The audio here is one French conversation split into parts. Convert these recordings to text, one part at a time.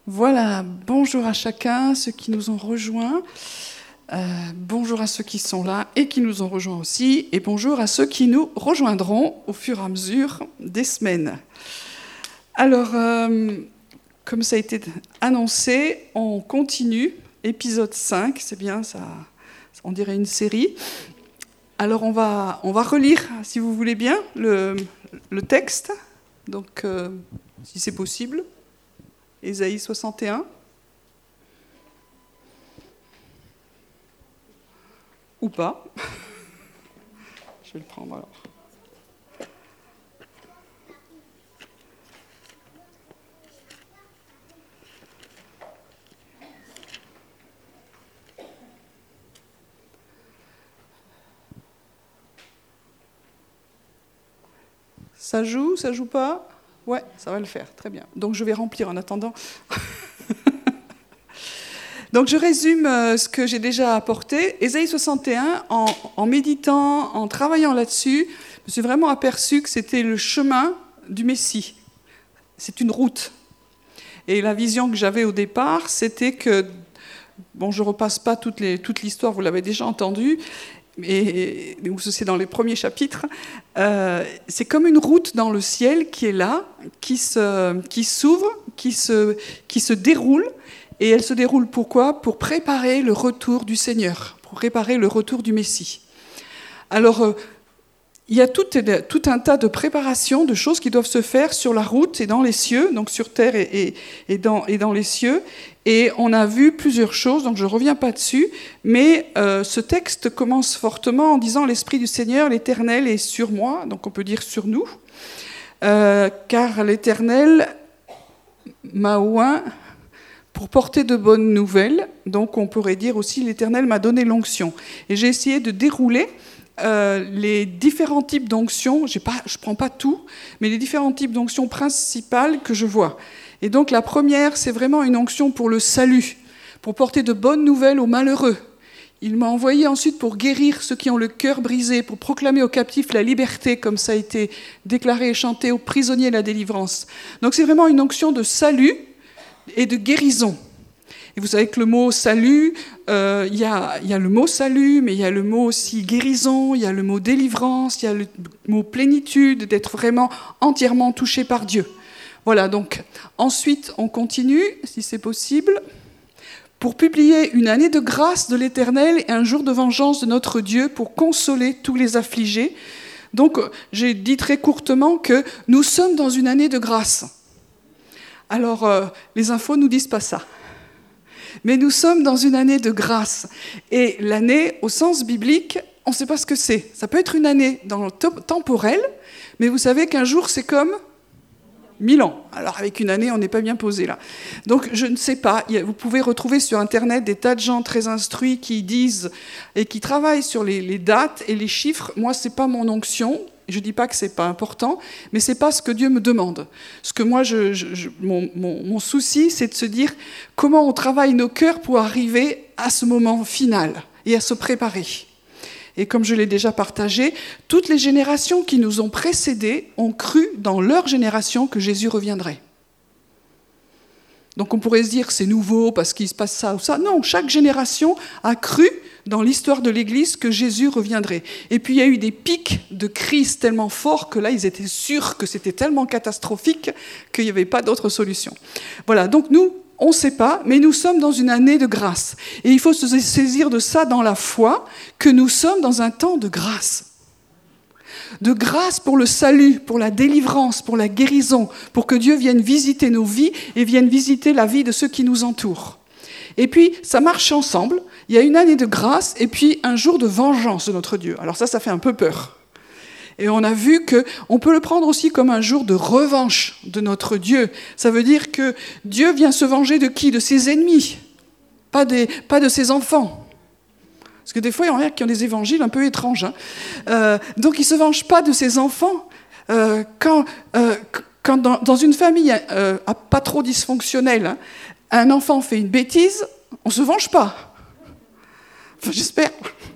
Voilà, bonjour à chacun, ceux qui nous ont rejoints. Bonjour à ceux qui sont là et qui nous ont rejoints aussi. Et bonjour à ceux qui nous rejoindront au fur et à mesure des semaines. Alors, comme ça a été annoncé, on continue, épisode 5, c'est bien, ça, on dirait une série. Alors, on va relire, si vous voulez bien, le texte, donc si c'est possible. Ésaïe 61. Ou pas. Je vais le prendre alors. Ça joue pas? Ouais, ça va le faire, très bien. Donc je vais remplir en attendant. Donc je résume ce que j'ai déjà apporté. Ésaïe 61, en méditant, en travaillant là-dessus, je me suis vraiment aperçu que c'était le chemin du Messie. C'est une route. Et la vision que j'avais au départ, c'était que, bon, je ne repasse pas toute l'histoire, vous l'avez déjà entendue, mais c'est dans les premiers chapitres, c'est comme une route dans le ciel qui est là, qui s'ouvre, qui se déroule. Et elle se déroule pourquoi ? Pour préparer le retour du Seigneur, pour préparer le retour du Messie. Alors, il y a tout un tas de préparations, de choses qui doivent se faire sur la route et dans les cieux, donc sur terre et dans les cieux. Et on a vu plusieurs choses, donc je ne reviens pas dessus, mais ce texte commence fortement en disant « L'Esprit du Seigneur, l'Éternel, est sur moi », donc on peut dire sur nous, car l'Éternel m'a oint pour porter de bonnes nouvelles, donc on pourrait dire aussi « l'Éternel m'a donné l'onction ». Et j'ai essayé de dérouler les différents types d'onctions, je ne prends pas tout, mais les différents types d'onctions principales que je vois. Et donc la première, c'est vraiment une onction pour le salut, pour porter de bonnes nouvelles aux malheureux. Il m'a envoyé ensuite pour guérir ceux qui ont le cœur brisé, pour proclamer aux captifs la liberté, comme ça a été déclaré et chanté, aux prisonniers la délivrance. Donc c'est vraiment une onction de salut et de guérison. Et vous savez que le mot salut, il y a le mot salut, mais il y a le mot aussi guérison, il y a le mot délivrance, il y a le mot plénitude, d'être vraiment entièrement touché par Dieu. Voilà, donc ensuite on continue, si c'est possible, pour publier une année de grâce de l'Éternel et un jour de vengeance de notre Dieu pour consoler tous les affligés. Donc j'ai dit très courtement que nous sommes dans une année de grâce. Alors, les infos ne nous disent pas ça. Mais nous sommes dans une année de grâce. Et l'année, au sens biblique, on ne sait pas ce que c'est. Ça peut être une année dans le temporel, mais vous savez qu'un jour, c'est comme 1000 ans. Alors, avec une année, on n'est pas bien posé là. Donc, je ne sais pas. Vous pouvez retrouver sur Internet des tas de gens très instruits qui disent et qui travaillent sur les dates et les chiffres. Moi, ce n'est pas mon onction. Je ne dis pas que ce n'est pas important, mais ce n'est pas ce que Dieu me demande. Ce que moi, mon souci, c'est de se dire comment on travaille nos cœurs pour arriver à ce moment final et à se préparer. Et comme je l'ai déjà partagé, toutes les générations qui nous ont précédés ont cru dans leur génération que Jésus reviendrait. Donc on pourrait se dire que c'est nouveau parce qu'il se passe ça ou ça. Non, chaque génération a cru dans l'histoire de l'Église que Jésus reviendrait. Et puis il y a eu des pics de crise tellement forts que là, ils étaient sûrs que c'était tellement catastrophique qu'il n'y avait pas d'autre solution. Voilà, donc nous, on ne sait pas, mais nous sommes dans une année de grâce. Et il faut se saisir de ça dans la foi, que nous sommes dans un temps de grâce. De grâce pour le salut, pour la délivrance, pour la guérison, pour que Dieu vienne visiter nos vies et vienne visiter la vie de ceux qui nous entourent. Et puis, ça marche ensemble. Il y a une année de grâce et puis un jour de vengeance de notre Dieu. Alors ça fait un peu peur. Et on a vu qu'on peut le prendre aussi comme un jour de revanche de notre Dieu. Ça veut dire que Dieu vient se venger de qui ? De ses ennemis, pas de ses enfants. Parce que des fois, il y en a qui ont des évangiles un peu étranges. Donc il ne se venge pas de ses enfants. Quand dans une famille pas trop dysfonctionnelle, un enfant fait une bêtise, on ne se venge pas. Enfin, j'espère.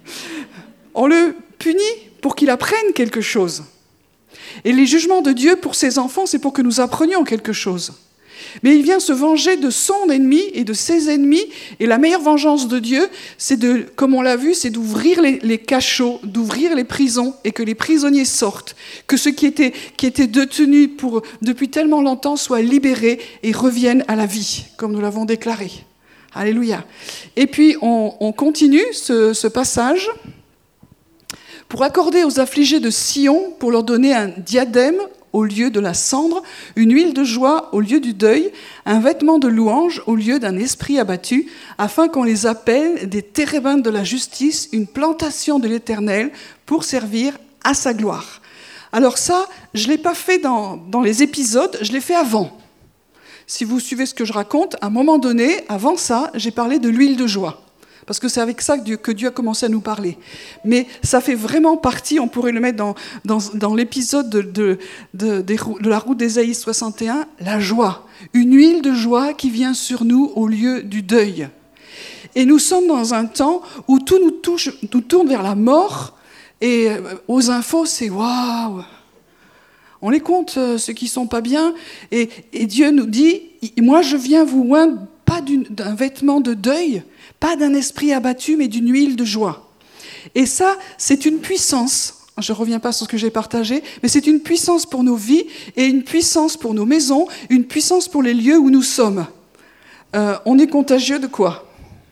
On le punit pour qu'il apprenne quelque chose. Et les jugements de Dieu pour ses enfants, c'est pour que nous apprenions quelque chose. Mais il vient se venger de son ennemi et de ses ennemis. Et la meilleure vengeance de Dieu, c'est comme on l'a vu, c'est d'ouvrir les cachots, d'ouvrir les prisons et que les prisonniers sortent. Que ceux qui étaient détenus depuis tellement longtemps soient libérés et reviennent à la vie, comme nous l'avons déclaré. Alléluia. Et puis, on continue ce passage. Pour accorder aux affligés de Sion, pour leur donner un diadème au lieu de la cendre, une huile de joie au lieu du deuil, un vêtement de louange au lieu d'un esprit abattu, afin qu'on les appelle des térébintes de la justice, une plantation de l'Éternel pour servir à sa gloire. Alors ça, je ne l'ai pas fait dans les épisodes, je l'ai fait avant. Si vous suivez ce que je raconte, à un moment donné, avant ça, j'ai parlé de l'huile de joie. Parce que c'est avec ça que Dieu a commencé à nous parler. Mais ça fait vraiment partie, on pourrait le mettre dans l'épisode de la route d'Ésaïe 61, la joie. Une huile de joie qui vient sur nous au lieu du deuil. Et nous sommes dans un temps où tout nous tourne vers la mort. Et aux infos, c'est waouh! On les compte, ceux qui ne sont pas bien. Et Dieu nous dit, moi je viens vous oindre, pas d'un vêtement de deuil, pas d'un esprit abattu, mais d'une huile de joie. Et ça, c'est une puissance. Je ne reviens pas sur ce que j'ai partagé, mais c'est une puissance pour nos vies et une puissance pour nos maisons, une puissance pour les lieux où nous sommes. On est contagieux de quoi ?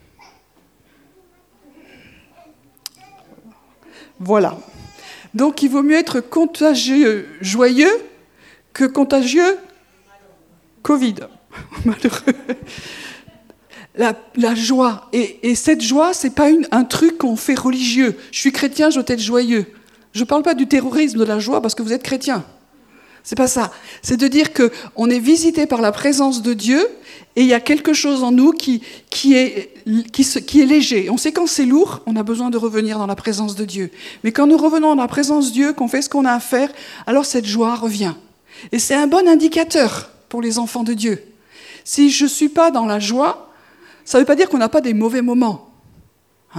Voilà. Donc, il vaut mieux être contagieux joyeux que contagieux Covid. Malheureux. La joie. Et cette joie, ce n'est pas un truc qu'on fait religieux. Je suis chrétien, je dois être joyeux. Je ne parle pas du terrorisme de la joie parce que vous êtes chrétien. C'est pas ça. C'est de dire qu'on est visité par la présence de Dieu et il y a quelque chose en nous qui est léger. On sait quand c'est lourd, on a besoin de revenir dans la présence de Dieu. Mais quand nous revenons dans la présence de Dieu, qu'on fait ce qu'on a à faire, alors cette joie revient. Et c'est un bon indicateur pour les enfants de Dieu. Si je ne suis pas dans la joie, ça ne veut pas dire qu'on n'a pas des mauvais moments. Hein ?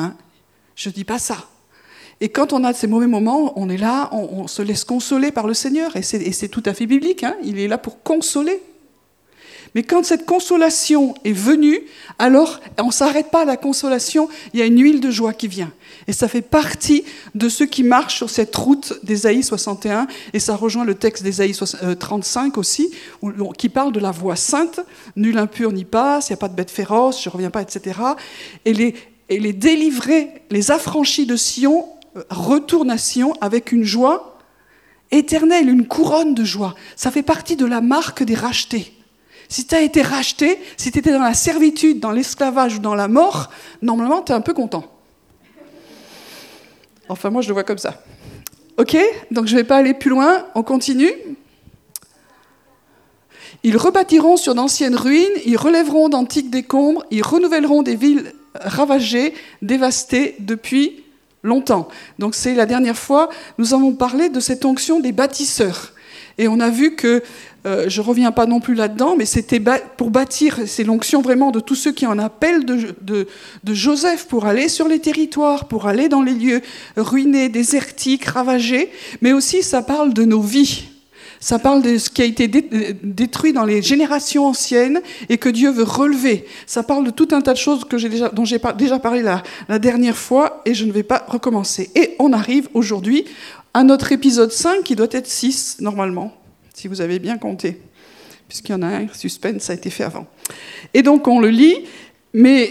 Je ne dis pas ça. Et quand on a ces mauvais moments, on est là, on se laisse consoler par le Seigneur. Et c'est tout à fait biblique, hein ? Il est là pour consoler. Mais quand cette consolation est venue, alors on ne s'arrête pas à la consolation, il y a une huile de joie qui vient. Et ça fait partie de ceux qui marchent sur cette route d'Ésaïe 61, et ça rejoint le texte d'Ésaïe 35 aussi, qui parle de la voie sainte, nul impur n'y passe, il n'y a pas de bête féroce, je ne reviens pas, etc. Et les délivrés, les affranchis de Sion, retournent à Sion avec une joie éternelle, une couronne de joie. Ça fait partie de la marque des rachetés. Si tu as été racheté, si tu étais dans la servitude, dans l'esclavage ou dans la mort, normalement, tu es un peu content. Enfin, moi, je le vois comme ça. OK ? Donc, je ne vais pas aller plus loin. On continue. Ils rebâtiront sur d'anciennes ruines, ils relèveront d'antiques décombres, ils renouvelleront des villes ravagées, dévastées depuis longtemps. Donc, c'est la dernière fois, nous avons parlé de cette onction des bâtisseurs. Et on a vu que, je ne reviens pas non plus là-dedans, mais c'était pour bâtir, c'est l'onction vraiment de tous ceux qui en appellent de Joseph pour aller sur les territoires, pour aller dans les lieux ruinés, désertiques, ravagés, mais aussi ça parle de nos vies. Ça parle de ce qui a été détruit dans les générations anciennes et que Dieu veut relever. Ça parle de tout un tas de choses dont j'ai déjà parlé la dernière fois et je ne vais pas recommencer. Et on arrive aujourd'hui à notre épisode 5 qui doit être 6 normalement, si vous avez bien compté, puisqu'il y en a un, suspense, ça a été fait avant. Et donc on le lit, mais...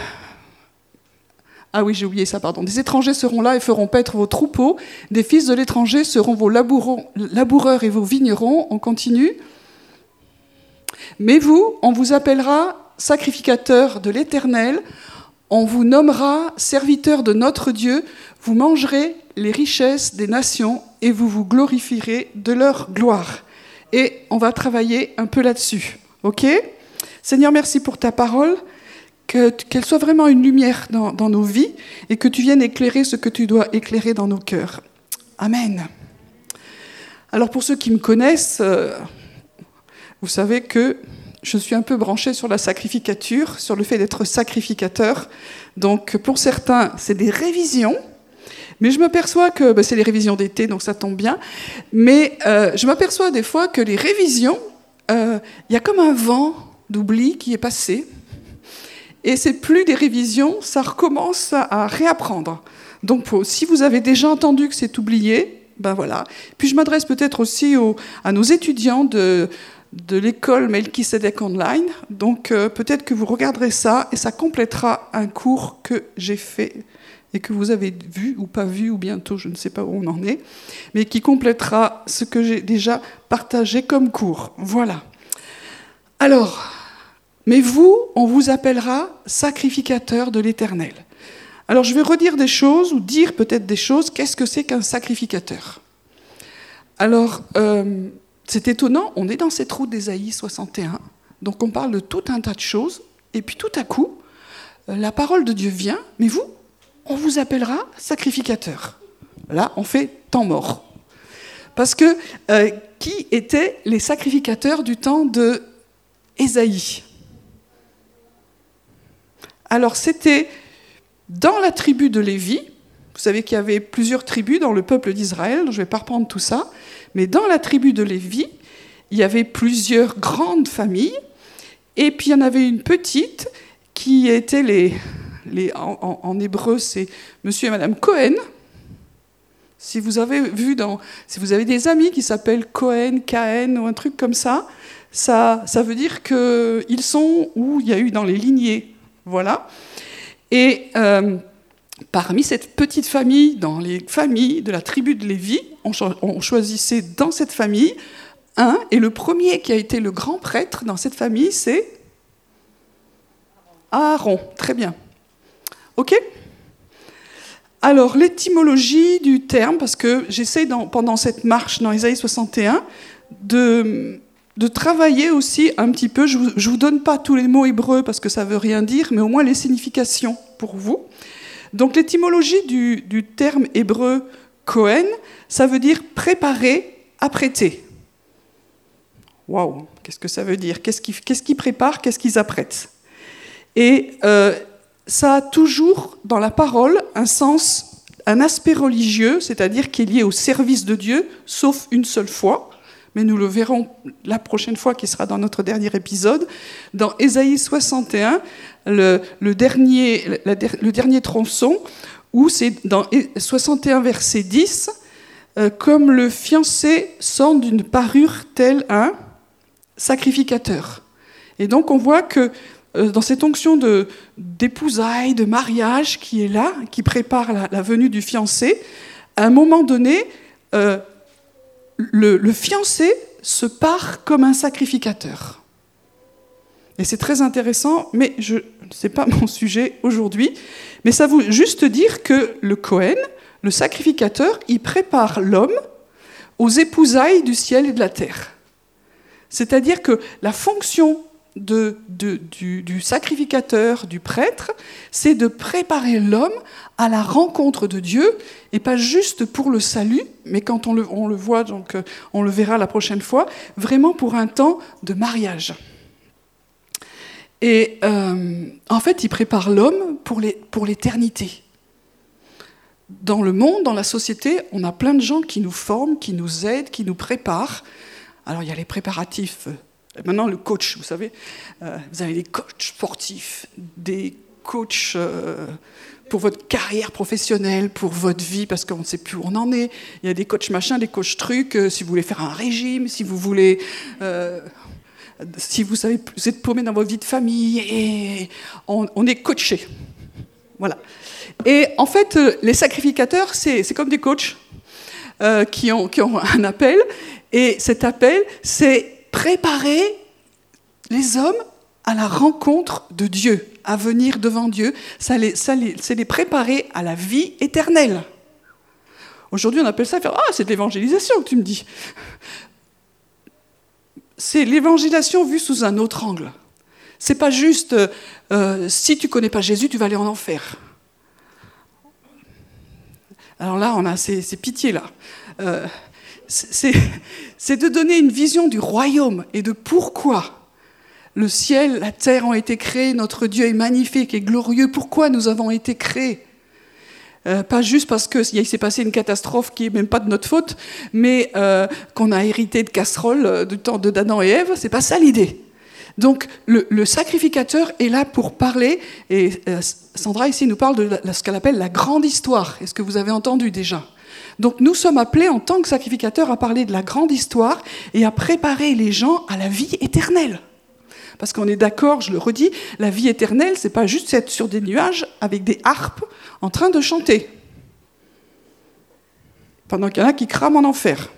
Ah oui, j'ai oublié ça, pardon. Des étrangers seront là et feront paître vos troupeaux. Des fils de l'étranger seront vos laboureurs et vos vignerons. On continue. Mais vous, on vous appellera sacrificateurs de l'Éternel. On vous nommera serviteurs de notre Dieu. Vous mangerez les richesses des nations et vous vous glorifierez de leur gloire. Et on va travailler un peu là-dessus. OK ? Seigneur, merci pour ta parole. Qu'elle soit vraiment une lumière dans nos vies et que tu viennes éclairer ce que tu dois éclairer dans nos cœurs. Amen. Alors pour ceux qui me connaissent, vous savez que je suis un peu branchée sur la sacrificature, sur le fait d'être sacrificateur. Donc pour certains, c'est des révisions, mais je m'aperçois que c'est les révisions d'été, donc ça tombe bien. Mais je m'aperçois des fois que les révisions, y a comme un vent d'oubli qui est passé, et c'est plus des révisions, ça recommence à réapprendre. Donc si vous avez déjà entendu que c'est oublié, ben voilà. Puis je m'adresse peut-être aussi à nos étudiants de l'école Melchisedec Online, donc peut-être que vous regarderez ça, et ça complétera un cours que j'ai fait, et que vous avez vu ou pas vu, ou bientôt, je ne sais pas où on en est, mais qui complétera ce que j'ai déjà partagé comme cours. Voilà. Alors, mais vous, on vous appellera sacrificateur de l'Éternel. Alors je vais redire des choses, ou dire peut-être des choses. Qu'est-ce que c'est qu'un sacrificateur ? Alors, c'est étonnant, on est dans cette route d'Ésaïe 61, donc on parle de tout un tas de choses, et puis tout à coup, la parole de Dieu vient, mais vous, on vous appellera sacrificateur. Là, on fait temps mort. Parce que qui étaient les sacrificateurs du temps de Ésaïe ? Alors, c'était dans la tribu de Lévi. Vous savez qu'il y avait plusieurs tribus dans le peuple d'Israël, donc je ne vais pas reprendre tout ça, mais dans la tribu de Lévi, il y avait plusieurs grandes familles, et puis il y en avait une petite qui était en hébreu, c'est monsieur et madame Cohen. Si vous avez des amis qui s'appellent Cohen, Cahen ou un truc comme ça veut dire qu'ils sont où il y a eu dans les lignées. Voilà. Et parmi cette petite famille, dans les familles de la tribu de Lévi, on choisissait dans cette famille un, et le premier qui a été le grand prêtre dans cette famille, c'est Aaron. Très bien. OK ? Alors, l'étymologie du terme, parce que j'essaie pendant cette marche dans Ésaïe 61 de travailler aussi un petit peu, je ne vous donne pas tous les mots hébreux parce que ça ne veut rien dire, mais au moins les significations pour vous. Donc l'étymologie du terme hébreu Cohen, ça veut dire préparer, apprêter. Waouh, qu'est-ce que ça veut dire ? Qu'est-ce qu'ils préparent, qu'est-ce qu'ils apprêtent ? Et ça a toujours, dans la parole, un aspect religieux, c'est-à-dire qui est lié au service de Dieu, sauf une seule fois, mais nous le verrons la prochaine fois, qui sera dans notre dernier épisode. Dans Ésaïe 61, le dernier tronçon, où c'est dans 61 verset 10, comme le fiancé sort d'une parure tel un sacrificateur. Et donc on voit que dans cette onction d'épousailles, de mariage qui est là, qui prépare la venue du fiancé, à un moment donné, le fiancé se part comme un sacrificateur. Et c'est très intéressant, mais ce n'est pas mon sujet aujourd'hui. Mais ça veut juste dire que le Cohen, le sacrificateur, il prépare l'homme aux épousailles du ciel et de la terre. C'est-à-dire que la fonction du sacrificateur, du prêtre, c'est de préparer l'homme à la rencontre de Dieu, et pas juste pour le salut, mais quand on le voit, donc on le verra la prochaine fois, vraiment pour un temps de mariage. Et en fait, il prépare l'homme pour l'éternité. Dans le monde, dans la société, on a plein de gens qui nous forment, qui nous aident, qui nous préparent. Alors, il y a les préparatifs. Maintenant, le coach, vous savez, vous avez des coachs sportifs, des coachs pour votre carrière professionnelle, pour votre vie, parce qu'on ne sait plus où on en est. Il y a des coachs machin, des coachs trucs, si vous voulez faire un régime, si vous voulez... si vous êtes paumé dans votre vie de famille, et on est coaché. Voilà. Et en fait, les sacrificateurs, c'est comme des coachs qui ont un appel, et cet appel, c'est préparer les hommes à la rencontre de Dieu, à venir devant Dieu. C'est les préparer à la vie éternelle. Aujourd'hui, on appelle ça faire « Ah, c'est de l'évangélisation que tu me dis ». C'est l'évangélisation vue sous un autre angle. C'est pas juste si tu connais pas Jésus, tu vas aller en enfer. Alors là, on a ces pitiés-là. C'est de donner une vision du royaume et de pourquoi le ciel, la terre ont été créés, notre Dieu est magnifique et glorieux, pourquoi nous avons été créés. Pas juste parce qu'il s'est passé une catastrophe qui n'est même pas de notre faute, mais qu'on a hérité de casseroles du temps d'Adam et Ève. C'est pas ça l'idée. Donc le sacrificateur est là pour parler, et Sandra ici nous parle de ce qu'elle appelle la grande histoire. Est-ce que vous avez entendu déjà ? Donc nous sommes appelés en tant que sacrificateurs à parler de la grande histoire et à préparer les gens à la vie éternelle. Parce qu'on est d'accord, je le redis, la vie éternelle, c'est pas juste être sur des nuages avec des harpes en train de chanter. Pendant qu'il y en a qui crament en enfer.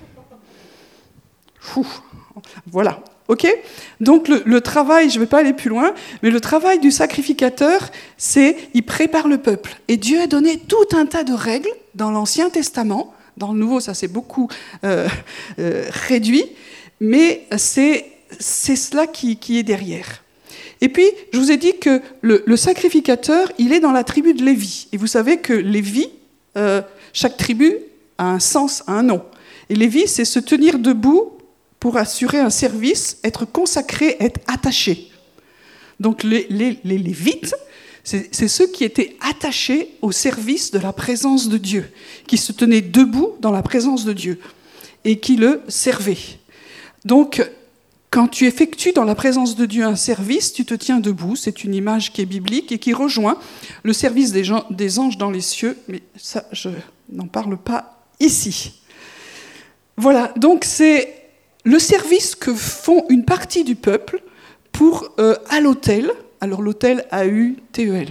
Voilà, ok ? Donc le travail, je ne vais pas aller plus loin, mais le travail du sacrificateur, c'est il prépare le peuple. Et Dieu a donné tout un tas de règles dans l'Ancien Testament. Dans le Nouveau, ça s'est beaucoup réduit, mais c'est cela qui est derrière. Et puis, je vous ai dit que le sacrificateur, il est dans la tribu de Lévi. Et vous savez que Lévi, chaque tribu a un sens, a un nom. Et Lévi, c'est se tenir debout pour assurer un service, être consacré, être attaché. Donc les Lévites, c'est ceux qui étaient attachés au service de la présence de Dieu, qui se tenaient debout dans la présence de Dieu et qui le servaient. Donc, quand tu effectues dans la présence de Dieu un service, tu te tiens debout. C'est une image qui est biblique et qui rejoint le service des anges dans les cieux. Mais ça, je n'en parle pas ici. Voilà, donc c'est le service que font une partie du peuple à l'autel. Alors l'autel A-U-T-E-L.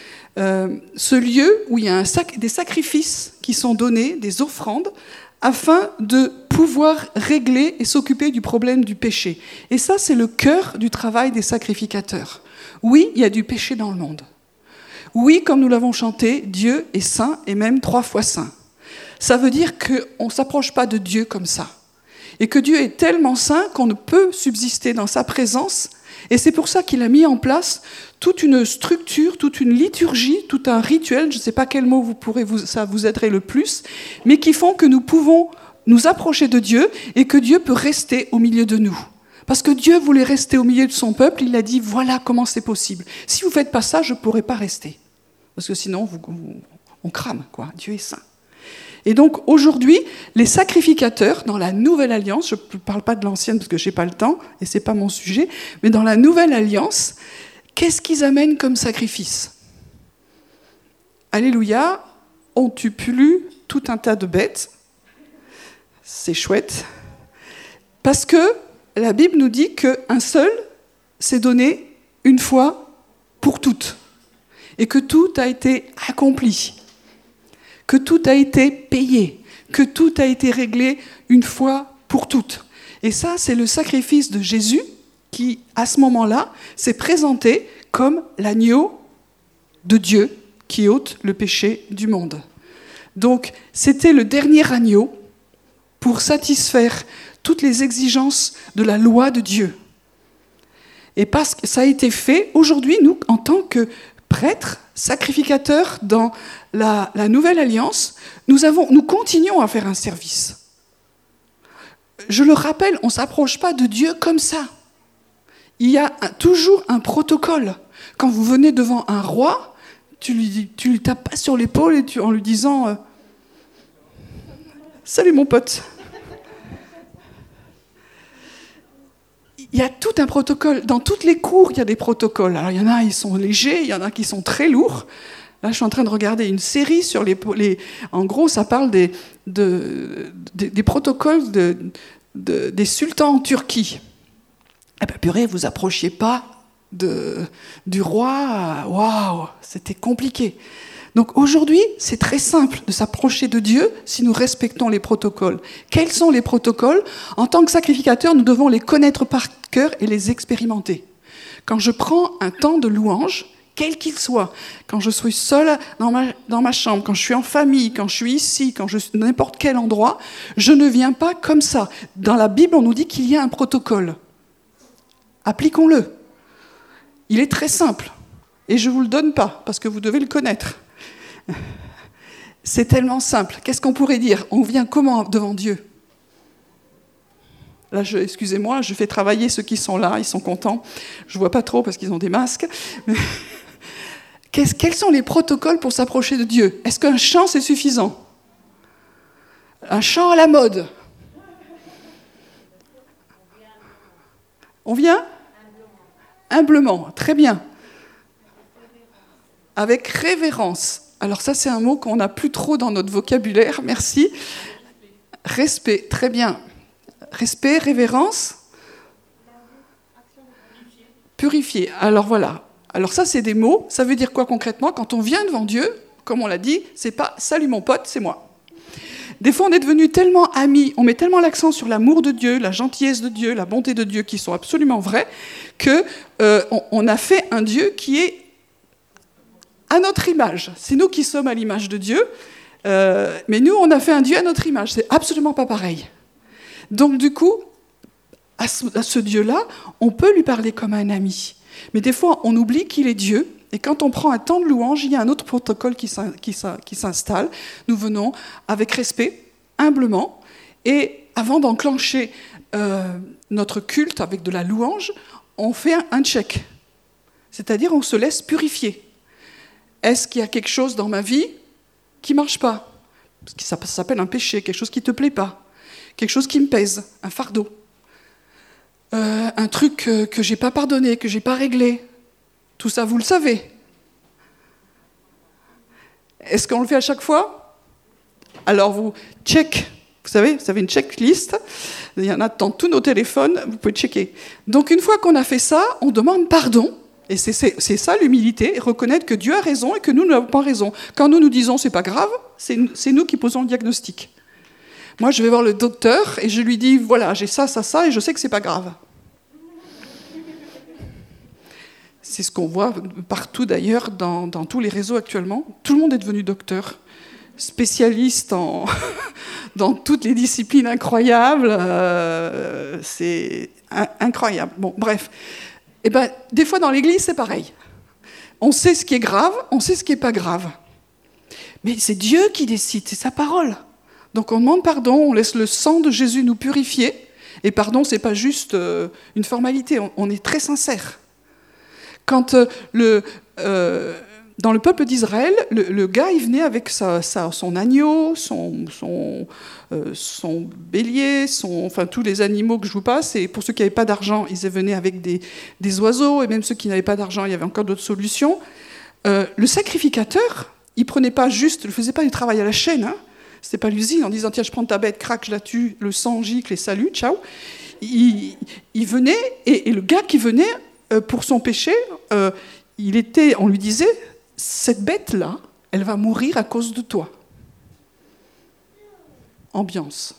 Ce lieu où il y a des sacrifices qui sont donnés, des offrandes, afin de pouvoir régler et s'occuper du problème du péché. Et ça, c'est le cœur du travail des sacrificateurs. Oui, il y a du péché dans le monde. Oui, comme nous l'avons chanté, Dieu est saint et même 3 fois saint. Ça veut dire qu'on ne s'approche pas de Dieu comme ça. Et que Dieu est tellement saint qu'on ne peut subsister dans sa présence. Et c'est pour ça qu'il a mis en place toute une structure, toute une liturgie, tout un rituel, je ne sais pas quel mot ça vous aiderait le plus, mais qui font que nous pouvons nous approcher de Dieu et que Dieu peut rester au milieu de nous. Parce que Dieu voulait rester au milieu de son peuple, il a dit, voilà comment c'est possible. Si vous ne faites pas ça, je ne pourrai pas rester. Parce que sinon, on crame, quoi. Dieu est saint. Et donc, aujourd'hui, les sacrificateurs, dans la Nouvelle Alliance, je ne parle pas de l'Ancienne parce que je n'ai pas le temps, et ce n'est pas mon sujet, mais dans la Nouvelle Alliance, qu'est-ce qu'ils amènent comme sacrifice ? Alléluia, on tue plus tout un tas de bêtes, c'est chouette, parce que la Bible nous dit qu'un seul s'est donné une fois pour toutes, et que tout a été accompli. Que tout a été payé, que tout a été réglé une fois pour toutes. Et ça, c'est le sacrifice de Jésus qui, à ce moment-là, s'est présenté comme l'agneau de Dieu qui ôte le péché du monde. Donc, c'était le dernier agneau pour satisfaire toutes les exigences de la loi de Dieu. Et parce que ça a été fait, aujourd'hui, nous, en tant que prêtres, sacrificateurs dans la Nouvelle Alliance, nous continuons à faire un service. Je le rappelle, on ne s'approche pas de Dieu comme ça. Il y a toujours un protocole. Quand vous venez devant un roi, tu lui tapes pas sur l'épaule en lui disant « Salut mon pote ». Il y a tout un protocole. Dans toutes les cours, il y a des protocoles. Alors, il y en a, ils sont légers, il y en a qui sont très lourds. Là, je suis en train de regarder une série sur en gros, ça parle des protocoles des sultans en Turquie. Eh bien, purée, vous approchiez pas du roi. Waouh, c'était compliqué. Donc aujourd'hui, c'est très simple de s'approcher de Dieu si nous respectons les protocoles. Quels sont les protocoles ? En tant que sacrificateurs, nous devons les connaître par cœur et les expérimenter. Quand je prends un temps de louange, quel qu'il soit, quand je suis seule dans ma chambre, quand je suis en famille, quand je suis ici, quand je suis dans n'importe quel endroit, je ne viens pas comme ça. Dans la Bible, on nous dit qu'il y a un protocole. Appliquons-le. Il est très simple. Et je ne vous le donne pas, parce que vous devez le connaître. C'est tellement simple. Qu'est-ce qu'on pourrait dire ? On vient comment devant Dieu ? Là, excusez-moi, je fais travailler ceux qui sont là, ils sont contents. Je ne vois pas trop parce qu'ils ont des masques. Quels sont les protocoles pour s'approcher de Dieu? Est-ce qu'un chant, c'est suffisant? Un chant à la mode? On vient? Humblement, très bien. Avec révérence. Alors ça, c'est un mot qu'on n'a plus trop dans notre vocabulaire, merci. Respect, très bien. Respect, révérence. Purifier. Alors voilà. Alors ça, c'est des mots. Ça veut dire quoi concrètement? Quand on vient devant Dieu, comme on l'a dit, c'est pas « salut mon pote, c'est moi ». Des fois, on est devenus tellement amis, on met tellement l'accent sur l'amour de Dieu, la gentillesse de Dieu, la bonté de Dieu, qui sont absolument vrais, qu'on a fait un Dieu qui est à notre image. C'est nous qui sommes à l'image de Dieu, mais nous, on a fait un Dieu à notre image. C'est absolument pas pareil. Donc du coup, à ce Dieu-là, on peut lui parler comme à un ami. Mais des fois, on oublie qu'il est Dieu, et quand on prend un temps de louange, il y a un autre protocole qui s'installe. Nous venons avec respect, humblement, et avant d'enclencher notre culte avec de la louange, on fait un check. C'est-à-dire, on se laisse purifier. Est-ce qu'il y a quelque chose dans ma vie qui ne marche pas? Ça s'appelle un péché, quelque chose qui ne te plaît pas, quelque chose qui me pèse, un fardeau. Un truc que je n'ai pas pardonné, que je n'ai pas réglé. Tout ça, vous le savez. Est-ce qu'on le fait à chaque fois? Alors vous check, vous avez une checklist, il y en a dans tous nos téléphones, vous pouvez checker. Donc une fois qu'on a fait ça, on demande pardon, et c'est ça l'humilité, reconnaître que Dieu a raison et que nous n'avons pas raison. Quand nous disons c'est pas grave, c'est nous qui posons le diagnostic. Moi je vais voir le docteur et je lui dis voilà, j'ai ça, et je sais que c'est pas grave. C'est ce qu'on voit partout d'ailleurs, dans tous les réseaux actuellement. Tout le monde est devenu docteur, spécialiste dans toutes les disciplines incroyables. C'est incroyable. Bon, bref. Et ben, des fois dans l'Église, c'est pareil. On sait ce qui est grave, on sait ce qui n'est pas grave. Mais c'est Dieu qui décide, c'est sa parole. Donc on demande pardon, on laisse le sang de Jésus nous purifier. Et pardon, ce n'est pas juste une formalité, on est très sincère. Quand dans le peuple d'Israël, le gars, il venait avec son agneau, son bélier, enfin tous les animaux que je vous passe, et pour ceux qui n'avaient pas d'argent, ils venaient avec des oiseaux, et même ceux qui n'avaient pas d'argent, il y avait encore d'autres solutions. Le sacrificateur, il prenait pas juste, il ne faisait pas du travail à la chaîne, hein. C'était pas l'usine en disant tiens, je prends ta bête, crac, je la tue, le sang gicle et salut, ciao. Il venait, et le gars qui venait, pour son péché, on lui disait cette bête-là, elle va mourir à cause de toi. Ambiance.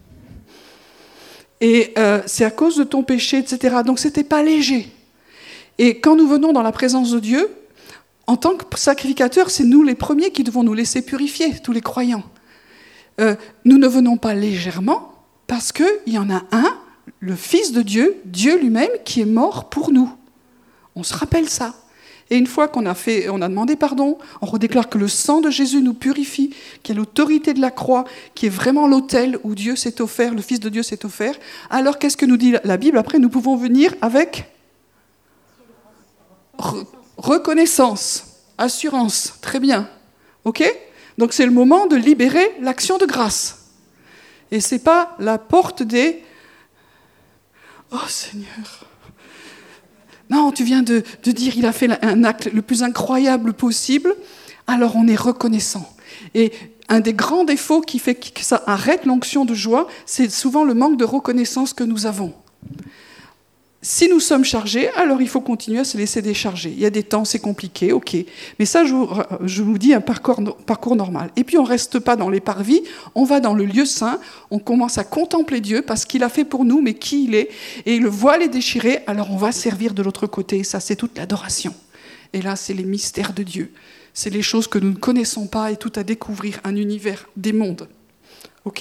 Et c'est à cause de ton péché, etc. Donc c'était pas léger. Et quand nous venons dans la présence de Dieu, en tant que sacrificateurs, c'est nous les premiers qui devons nous laisser purifier, tous les croyants. Nous ne venons pas légèrement, parce qu'il y en a un, le Fils de Dieu, Dieu lui-même, qui est mort pour nous. On se rappelle ça. Et une fois qu'on a demandé pardon, on redéclare que le sang de Jésus nous purifie, qu'il y a l'autorité de la croix, qui est vraiment l'autel où Dieu s'est offert, le Fils de Dieu s'est offert. Alors qu'est-ce que nous dit la Bible? Après, nous pouvons venir avec reconnaissance, assurance. Très bien. OK? Donc c'est le moment de libérer l'action de grâce. Et c'est pas la porte des « Oh Seigneur !» Non, tu viens de dire il a fait un acte le plus incroyable possible, alors on est reconnaissant. Et un des grands défauts qui fait que ça arrête l'onction de joie, c'est souvent le manque de reconnaissance que nous avons. Si nous sommes chargés, alors il faut continuer à se laisser décharger. Il y a des temps, c'est compliqué, ok. Mais ça, je vous dis un parcours normal. Et puis on ne reste pas dans les parvis, on va dans le lieu saint, on commence à contempler Dieu parce qu'il a fait pour nous, mais qui il est. Et le voile est déchiré, alors on va servir de l'autre côté. Ça, c'est toute l'adoration. Et là, c'est les mystères de Dieu. C'est les choses que nous ne connaissons pas et tout à découvrir, un univers, des mondes. Ok ?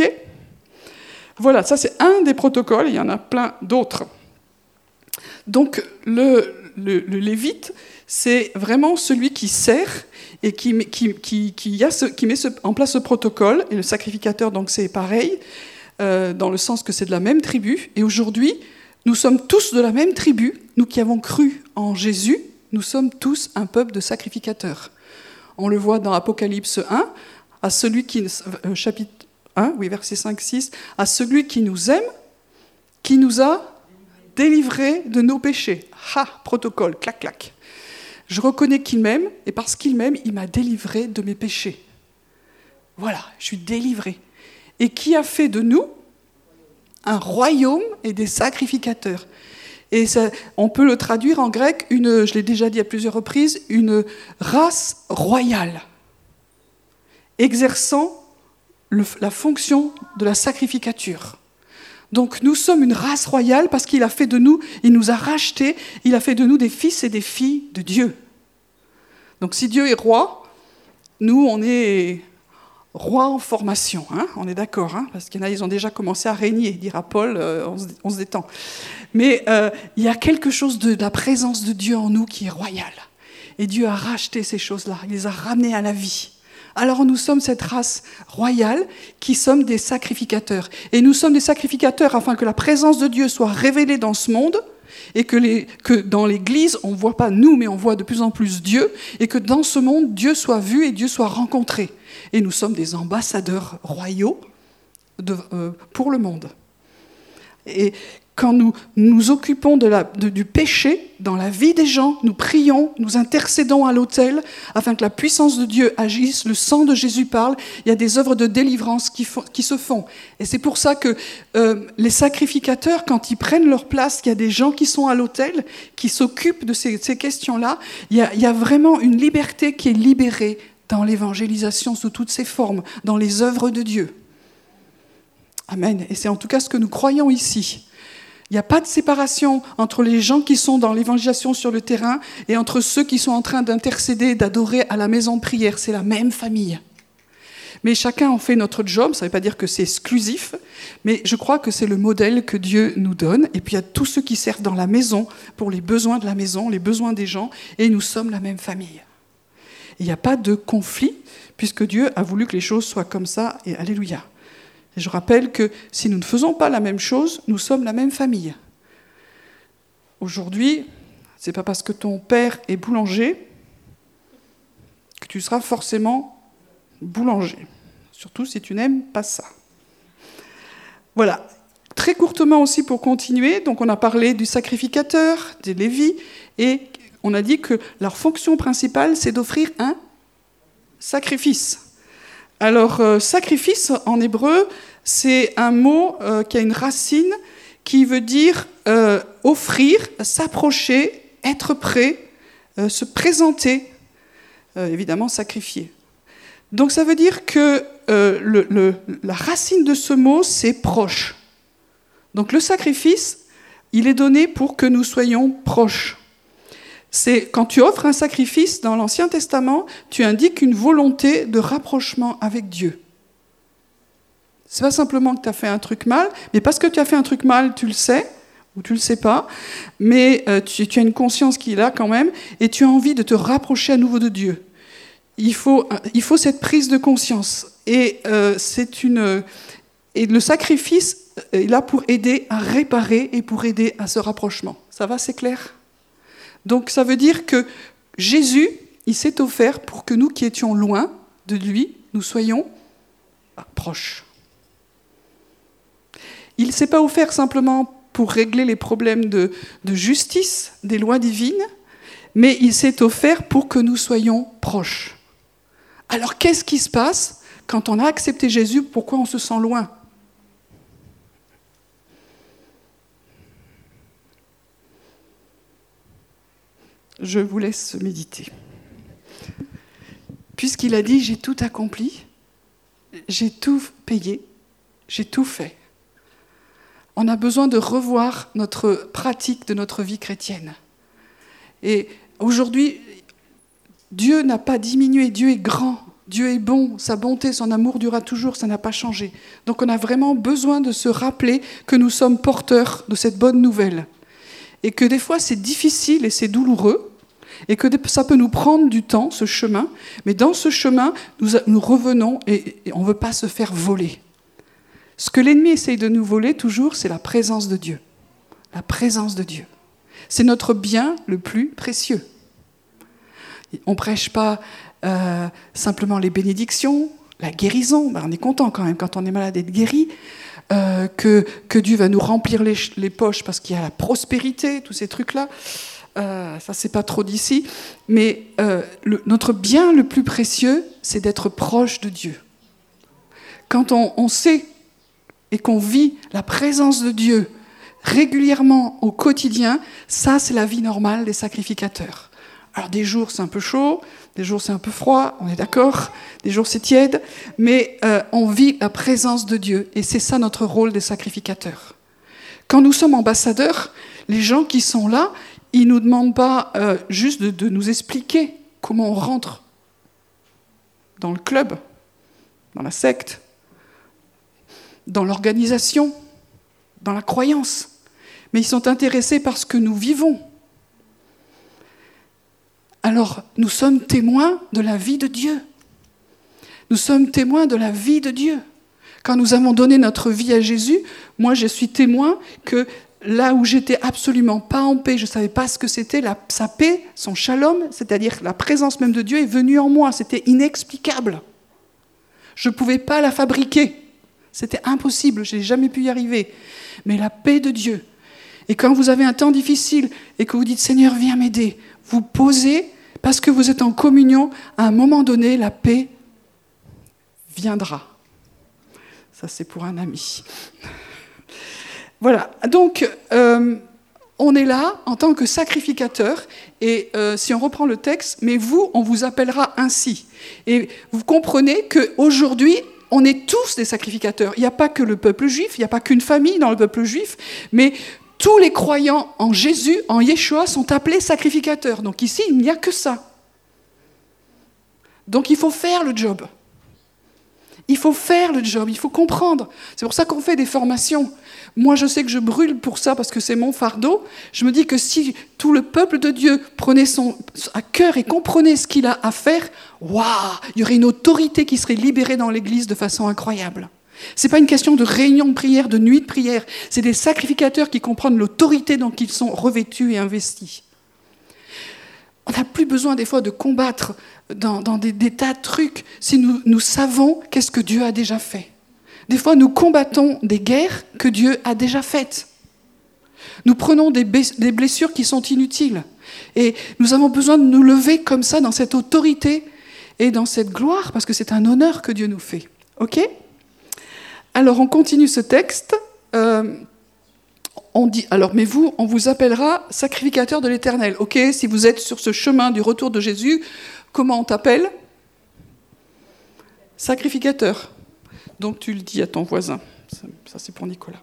Voilà, ça c'est un des protocoles, il y en a plein d'autres. Donc le lévite, c'est vraiment celui qui sert et qui met en place ce protocole. Et le sacrificateur, donc c'est pareil, dans le sens que c'est de la même tribu. Et aujourd'hui, nous sommes tous de la même tribu, nous qui avons cru en Jésus, nous sommes tous un peuple de sacrificateurs. On le voit dans Apocalypse 1, à celui qui, chapitre 1, oui, verset 5-6, à celui qui nous aime, qui nous a délivrés de nos péchés. Ha, protocole, clac, clac. Je reconnais qu'il m'aime, et parce qu'il m'aime, il m'a délivré de mes péchés. Voilà, je suis délivré. Et qui a fait de nous un royaume et des sacrificateurs. Et ça, on peut le traduire en grec, je l'ai déjà dit à plusieurs reprises, une race royale, exerçant la fonction de la sacrificature. Donc nous sommes une race royale parce qu'il a fait de nous, il nous a rachetés, il a fait de nous des fils et des filles de Dieu. Donc si Dieu est roi, nous on est rois en formation, hein, on est d'accord, hein, parce qu'il y en a, ils ont déjà commencé à régner, dira Paul, on se détend. Mais il y a quelque chose de la présence de Dieu en nous qui est royale. Et Dieu a racheté ces choses-là, il les a ramenées à la vie. Alors nous sommes cette race royale qui sommes des sacrificateurs. Et nous sommes des sacrificateurs afin que la présence de Dieu soit révélée dans ce monde et que dans l'Église, on ne voit pas nous, mais on voit de plus en plus Dieu, et que dans ce monde, Dieu soit vu et Dieu soit rencontré. Et nous sommes des ambassadeurs royaux pour le monde. Et quand nous nous occupons du péché dans la vie des gens, nous prions, nous intercédons à l'autel afin que la puissance de Dieu agisse, le sang de Jésus parle, il y a des œuvres de délivrance qui se font. Et c'est pour ça que les sacrificateurs, quand ils prennent leur place, il y a des gens qui sont à l'autel, qui s'occupent de ces questions-là, il y a vraiment une liberté qui est libérée dans l'évangélisation sous toutes ses formes, dans les œuvres de Dieu. Amen. Et c'est en tout cas ce que nous croyons ici. Il n'y a pas de séparation entre les gens qui sont dans l'évangélisation sur le terrain et entre ceux qui sont en train d'intercéder, d'adorer à la maison de prière. C'est la même famille. Mais chacun en fait notre job, ça ne veut pas dire que c'est exclusif, mais je crois que c'est le modèle que Dieu nous donne. Et puis il y a tous ceux qui servent dans la maison pour les besoins de la maison, les besoins des gens, et nous sommes la même famille. Il n'y a pas de conflit, puisque Dieu a voulu que les choses soient comme ça, et alléluia. Et je rappelle que si nous ne faisons pas la même chose, nous sommes la même famille. Aujourd'hui, ce n'est pas parce que ton père est boulanger que tu seras forcément boulanger. Surtout si tu n'aimes pas ça. Voilà. Très courtement aussi pour continuer, donc on a parlé du sacrificateur, des Lévites, et on a dit que leur fonction principale, c'est d'offrir un sacrifice. Alors, sacrifice, en hébreu, c'est un mot qui a une racine qui veut dire offrir, s'approcher, être prêt, se présenter, évidemment sacrifier. Donc ça veut dire que la racine de ce mot, c'est proche. Donc le sacrifice, il est donné pour que nous soyons proches. C'est quand tu offres un sacrifice dans l'Ancien Testament, tu indiques une volonté de rapprochement avec Dieu. C'est pas simplement que tu as fait un truc mal, mais parce que tu as fait un truc mal, tu le sais, ou tu le sais pas, mais tu as une conscience qui est là quand même, et tu as envie de te rapprocher à nouveau de Dieu. Il faut cette prise de conscience. Et le sacrifice est là pour aider à réparer et pour aider à ce rapprochement. Ça va, c'est clair ? Donc ça veut dire que Jésus, il s'est offert pour que nous qui étions loin de lui, nous soyons proches. Il ne s'est pas offert simplement pour régler les problèmes de justice, des lois divines, mais il s'est offert pour que nous soyons proches. Alors qu'est-ce qui se passe quand on a accepté Jésus? Pourquoi on se sent loin? Je vous laisse méditer. Puisqu'il a dit « j'ai tout accompli, j'ai tout payé, j'ai tout fait », on a besoin de revoir notre pratique de notre vie chrétienne. Et aujourd'hui, Dieu n'a pas diminué, Dieu est grand, Dieu est bon, sa bonté, son amour durera toujours, ça n'a pas changé. Donc on a vraiment besoin de se rappeler que nous sommes porteurs de cette bonne nouvelle. Et que des fois c'est difficile et c'est douloureux, et que ça peut nous prendre du temps, ce chemin, mais dans ce chemin, nous revenons et on ne veut pas se faire voler. Ce que l'ennemi essaye de nous voler toujours, c'est la présence de Dieu. La présence de Dieu. C'est notre bien le plus précieux. On ne prêche pas simplement les bénédictions, la guérison. On est content quand même quand on est malade d'être guéri. Que Dieu va nous remplir les poches parce qu'il y a la prospérité, tous ces trucs-là. Ça, c'est pas trop d'ici. Mais notre bien le plus précieux, c'est d'être proche de Dieu. Quand on sait et qu'on vit la présence de Dieu régulièrement au quotidien, ça, c'est la vie normale des sacrificateurs. Alors, des jours, c'est un peu chaud, des jours, c'est un peu froid, on est d'accord, des jours, c'est tiède, mais on vit la présence de Dieu, et c'est ça notre rôle des sacrificateurs. Quand nous sommes ambassadeurs, les gens qui sont là, ils ne nous demandent pas juste de nous expliquer comment on rentre dans le club, dans la secte, dans l'organisation, dans la croyance, mais ils sont intéressés par ce que nous vivons. Alors, nous sommes témoins de la vie de Dieu. Nous sommes témoins de la vie de Dieu. Quand nous avons donné notre vie à Jésus, moi, je suis témoin que là où j'étais absolument pas en paix, je ne savais pas ce que c'était, sa paix, son shalom, c'est-à-dire la présence même de Dieu est venue en moi. C'était inexplicable. Je ne pouvais pas la fabriquer. C'était impossible, je n'ai jamais pu y arriver. Mais la paix de Dieu. Et quand vous avez un temps difficile et que vous dites « Seigneur, viens m'aider », vous posez, parce que vous êtes en communion, à un moment donné, la paix viendra. Ça, c'est pour un ami. Voilà, donc on est là en tant que sacrificateur, et si on reprend le texte, « Mais vous, on vous appellera ainsi ». Et vous comprenez qu'aujourd'hui, on est tous des sacrificateurs. Il n'y a pas que le peuple juif, il n'y a pas qu'une famille dans le peuple juif, mais tous les croyants en Jésus, en Yeshua, sont appelés sacrificateurs. Donc ici, il n'y a que ça. Donc il faut faire le job. Il faut faire le job, il faut comprendre. C'est pour ça qu'on fait des formations. Moi, je sais que je brûle pour ça parce que c'est mon fardeau. Je me dis que si tout le peuple de Dieu prenait à cœur et comprenait ce qu'il a à faire, waouh, il y aurait une autorité qui serait libérée dans l'Église de façon incroyable. Ce n'est pas une question de réunion de prière, de nuit de prière. C'est des sacrificateurs qui comprennent l'autorité dont ils sont revêtus et investis. On n'a plus besoin des fois de combattre dans des tas de trucs si nous savons qu'est-ce que Dieu a déjà fait. Des fois, nous combattons des guerres que Dieu a déjà faites. Nous prenons des blessures qui sont inutiles. Et nous avons besoin de nous lever comme ça dans cette autorité et dans cette gloire, parce que c'est un honneur que Dieu nous fait. OK ? Alors, on continue ce texte. On dit, alors, mais vous, on vous appellera sacrificateur de l'Éternel. OK, si vous êtes sur ce chemin du retour de Jésus, comment on t'appelle ? Sacrificateur. Donc, tu le dis à ton voisin. Ça c'est pour Nicolas.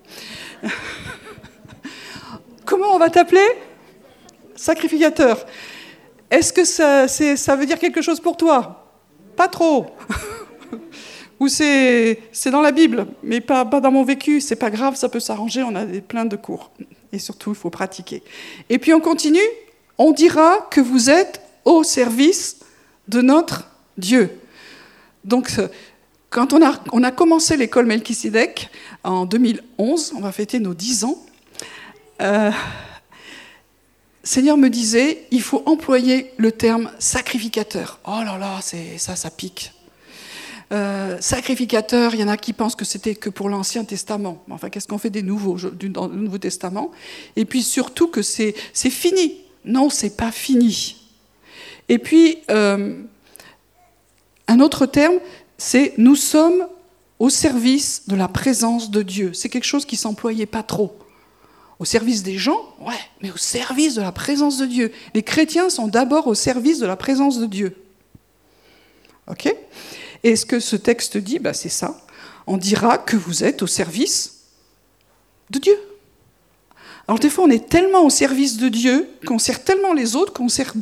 Comment on va t'appeler ? Sacrificateur. Est-ce que ça veut dire quelque chose pour toi ? Pas trop. Ou c'est dans la Bible, mais pas dans mon vécu, c'est pas grave, ça peut s'arranger, on a plein de cours. Et surtout, il faut pratiquer. Et puis on continue, on dira que vous êtes au service de notre Dieu. Donc, quand on a commencé l'école Melchisedec en 2011, on va fêter nos 10 ans, Seigneur me disait, il faut employer le terme sacrificateur. Oh là là, ça pique. Sacrificateur, il y en a qui pensent que c'était que pour l'Ancien Testament. Enfin, qu'est-ce qu'on fait dans le Nouveau Testament ? Et puis surtout que c'est fini. Non, c'est pas fini. Et puis, un autre terme, c'est « nous sommes au service de la présence de Dieu ». C'est quelque chose qui s'employait pas trop. Au service des gens, ouais, mais au service de la présence de Dieu. Les chrétiens sont d'abord au service de la présence de Dieu. OK ? Et ce que ce texte dit, c'est ça. On dira que vous êtes au service de Dieu. Alors des fois, on est tellement au service de Dieu qu'on sert tellement les autres qu'on sert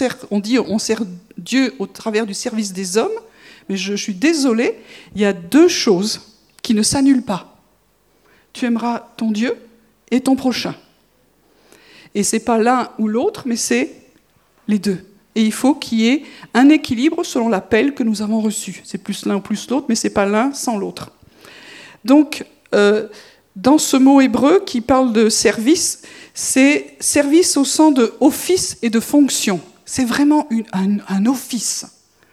Dieu au travers du service des hommes. Mais je suis désolée, il y a 2 choses qui ne s'annulent pas. Tu aimeras ton Dieu et ton prochain. Et ce n'est pas l'un ou l'autre, mais c'est les deux. Et il faut qu'il y ait un équilibre selon l'appel que nous avons reçu. C'est plus l'un ou plus l'autre, mais ce n'est pas l'un sans l'autre. Donc, dans ce mot hébreu qui parle de service, c'est service au sens de office et de fonction. C'est vraiment un office.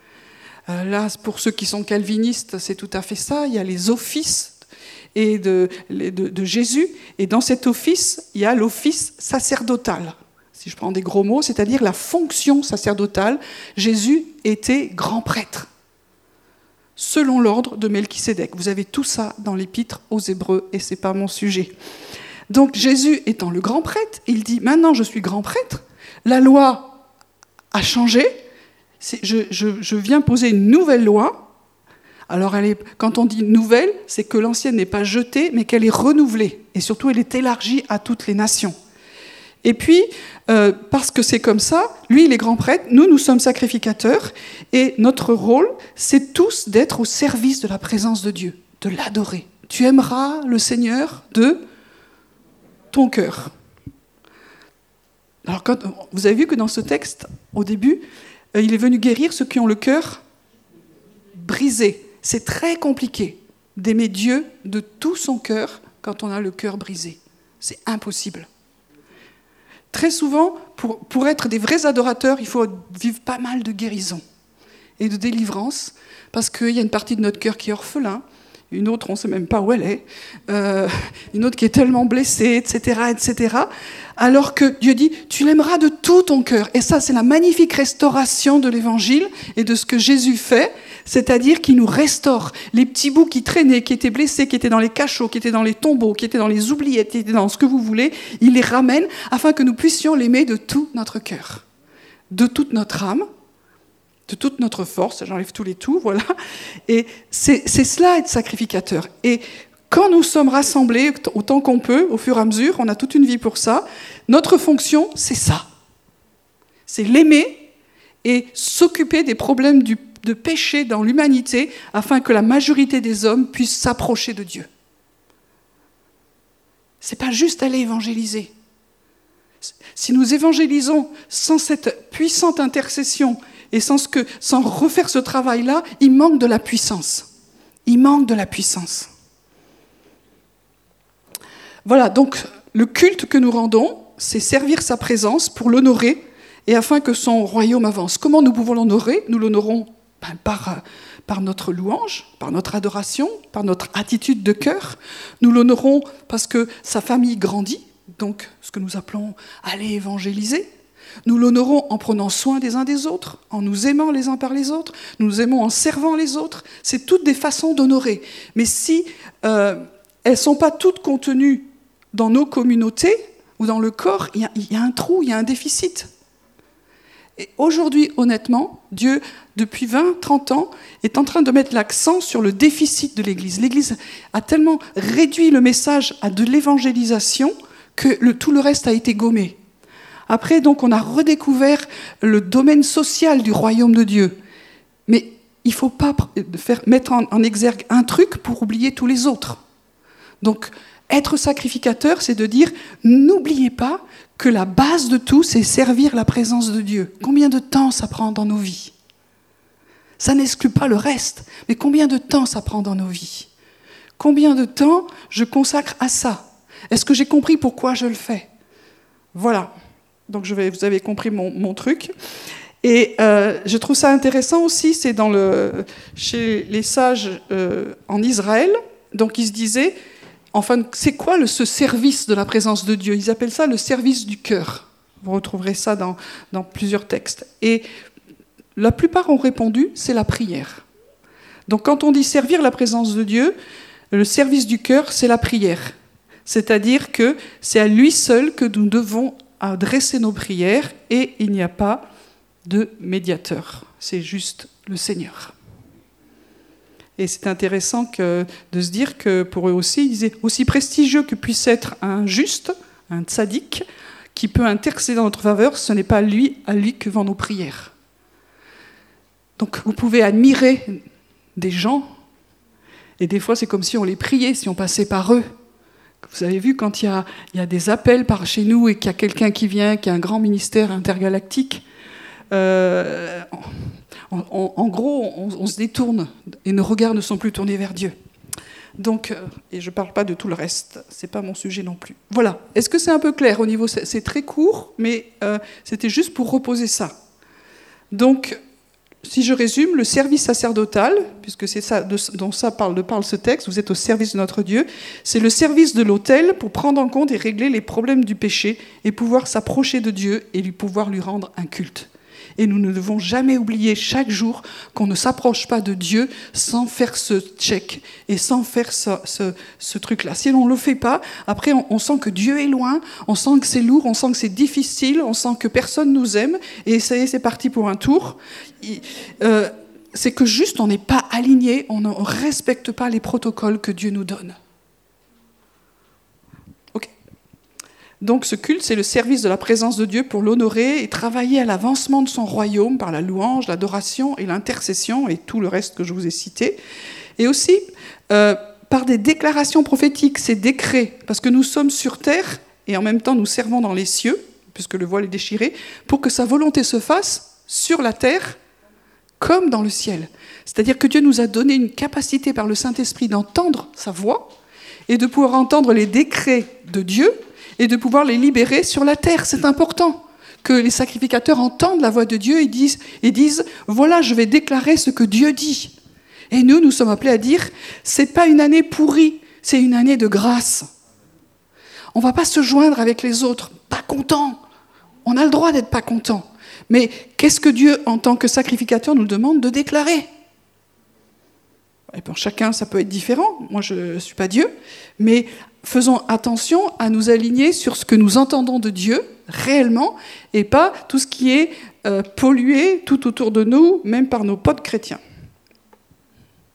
Là, pour ceux qui sont calvinistes, c'est tout à fait ça. Il y a les offices de Jésus. Et dans cet office, il y a l'office sacerdotal. Si je prends des gros mots, c'est-à-dire la fonction sacerdotale. Jésus était grand prêtre, selon l'ordre de Melchisédek. Vous avez tout ça dans l'épître aux Hébreux, et ce n'est pas mon sujet. Donc Jésus étant le grand prêtre, il dit « Maintenant je suis grand prêtre, la loi a changé, je viens poser une nouvelle loi. » Alors quand on dit « nouvelle », c'est que l'ancienne n'est pas jetée, mais qu'elle est renouvelée. Et surtout, elle est élargie à toutes les nations. Et puis, parce que c'est comme ça, lui, il est grand prêtre, nous sommes sacrificateurs, et notre rôle, c'est tous d'être au service de la présence de Dieu, de l'adorer. Tu aimeras le Seigneur de ton cœur. Alors, vous avez vu que dans ce texte, au début, il est venu guérir ceux qui ont le cœur brisé. C'est très compliqué d'aimer Dieu de tout son cœur quand on a le cœur brisé. C'est impossible. Très souvent, pour être des vrais adorateurs, il faut vivre pas mal de guérison et de délivrance, parce qu'il y a une partie de notre cœur qui est orphelin, une autre, on ne sait même pas où elle est, une autre qui est tellement blessée, etc., etc., alors que Dieu dit « tu l'aimeras de tout ton cœur ». Et ça, c'est la magnifique restauration de l'Évangile et de ce que Jésus fait, c'est-à-dire qu'il nous restaure. Les petits bouts qui traînaient, qui étaient blessés, qui étaient dans les cachots, qui étaient dans les tombeaux, qui étaient dans les oubliettes, qui étaient dans ce que vous voulez, il les ramène afin que nous puissions l'aimer de tout notre cœur, de toute notre âme, de toute notre force, j'enlève tous les tout, voilà. Et c'est cela être sacrificateur. Et quand nous sommes rassemblés, autant qu'on peut, au fur et à mesure, on a toute une vie pour ça, notre fonction, c'est ça. C'est l'aimer et s'occuper des problèmes de péché dans l'humanité afin que la majorité des hommes puissent s'approcher de Dieu. C'est pas juste aller évangéliser. Si nous évangélisons sans cette puissante intercession et sans refaire ce travail-là, il manque de la puissance. Il manque de la puissance. Voilà, donc le culte que nous rendons, c'est servir sa présence pour l'honorer et afin que son royaume avance. Comment nous pouvons l'honorer ? Nous l'honorons par notre louange, par notre adoration, par notre attitude de cœur. Nous l'honorons parce que sa famille grandit, donc ce que nous appelons aller évangéliser. Nous l'honorons en prenant soin des uns des autres, en nous aimant les uns par les autres, nous nous aimons en servant les autres. C'est toutes des façons d'honorer. Mais si elles ne sont pas toutes contenues dans nos communautés ou dans le corps, il y a un trou, il y a un déficit. Et aujourd'hui, honnêtement, Dieu, depuis 20, 30 ans, est en train de mettre l'accent sur le déficit de l'Église. L'Église a tellement réduit le message à de l'évangélisation que tout le reste a été gommé. Après, donc, on a redécouvert le domaine social du royaume de Dieu. Mais il ne faut pas mettre en exergue un truc pour oublier tous les autres. Donc, être sacrificateur, c'est de dire, n'oubliez pas que la base de tout, c'est servir la présence de Dieu. Combien de temps ça prend dans nos vies ? Ça n'exclut pas le reste, mais combien de temps ça prend dans nos vies ? Combien de temps je consacre à ça ? Est-ce que j'ai compris pourquoi je le fais ? Voilà. Donc vous avez compris mon truc. Et je trouve ça intéressant aussi, c'est chez les sages en Israël, donc ils se disaient, enfin, c'est quoi ce service de la présence de Dieu ? Ils appellent ça le service du cœur. Vous retrouverez ça dans plusieurs textes. Et la plupart ont répondu, c'est la prière. Donc quand on dit servir la présence de Dieu, le service du cœur, c'est la prière. C'est-à-dire que c'est à lui seul que nous devons adresser nos prières et il n'y a pas de médiateur. C'est juste le Seigneur. Et c'est intéressant de se dire que pour eux aussi, ils disaient aussi prestigieux que puisse être un juste, un tzaddik, qui peut intercéder en notre faveur, ce n'est pas à lui que vont nos prières. Donc vous pouvez admirer des gens, et des fois c'est comme si on les priait, si on passait par eux. Vous avez vu, quand il y a des appels par chez nous et qu'il y a quelqu'un qui vient, qui a un grand ministère intergalactique, en gros, on se détourne et nos regards ne sont plus tournés vers Dieu. Donc, et je ne parle pas de tout le reste, ce n'est pas mon sujet non plus. Voilà, est-ce que c'est un peu clair au niveau, c'est très court, mais c'était juste pour reposer ça. Donc, si je résume, le service sacerdotal, puisque c'est ça dont parle ce texte, vous êtes au service de notre Dieu, c'est le service de l'autel pour prendre en compte et régler les problèmes du péché et pouvoir s'approcher de Dieu et pouvoir lui rendre un culte. Et nous ne devons jamais oublier chaque jour qu'on ne s'approche pas de Dieu sans faire ce check et sans faire ce truc-là. Si on ne le fait pas, après on sent que Dieu est loin, on sent que c'est lourd, on sent que c'est difficile, on sent que personne nous aime, et ça y est, c'est parti pour un tour. C'est que juste on n'est pas aligné, on ne respecte pas les protocoles que Dieu nous donne. Donc ce culte, c'est le service de la présence de Dieu pour l'honorer et travailler à l'avancement de son royaume par la louange, l'adoration et l'intercession et tout le reste que je vous ai cité. Et aussi par des déclarations prophétiques, ces décrets, parce que nous sommes sur terre et en même temps nous servons dans les cieux, puisque le voile est déchiré, pour que sa volonté se fasse sur la terre comme dans le ciel. C'est-à-dire que Dieu nous a donné une capacité par le Saint-Esprit d'entendre sa voix et de pouvoir entendre les décrets de Dieu et de pouvoir les libérer sur la terre. C'est important que les sacrificateurs entendent la voix de Dieu et disent « Voilà, je vais déclarer ce que Dieu dit ». Et nous sommes appelés à dire « C'est pas une année pourrie, c'est une année de grâce ». On ne va pas se joindre avec les autres, pas contents. On a le droit d'être pas contents. Mais qu'est-ce que Dieu, en tant que sacrificateur, nous demande de déclarer ? Et pour chacun, ça peut être différent. Moi, je ne suis pas Dieu. Mais faisons attention à nous aligner sur ce que nous entendons de Dieu, réellement, et pas tout ce qui est pollué tout autour de nous, même par nos potes chrétiens. OK ?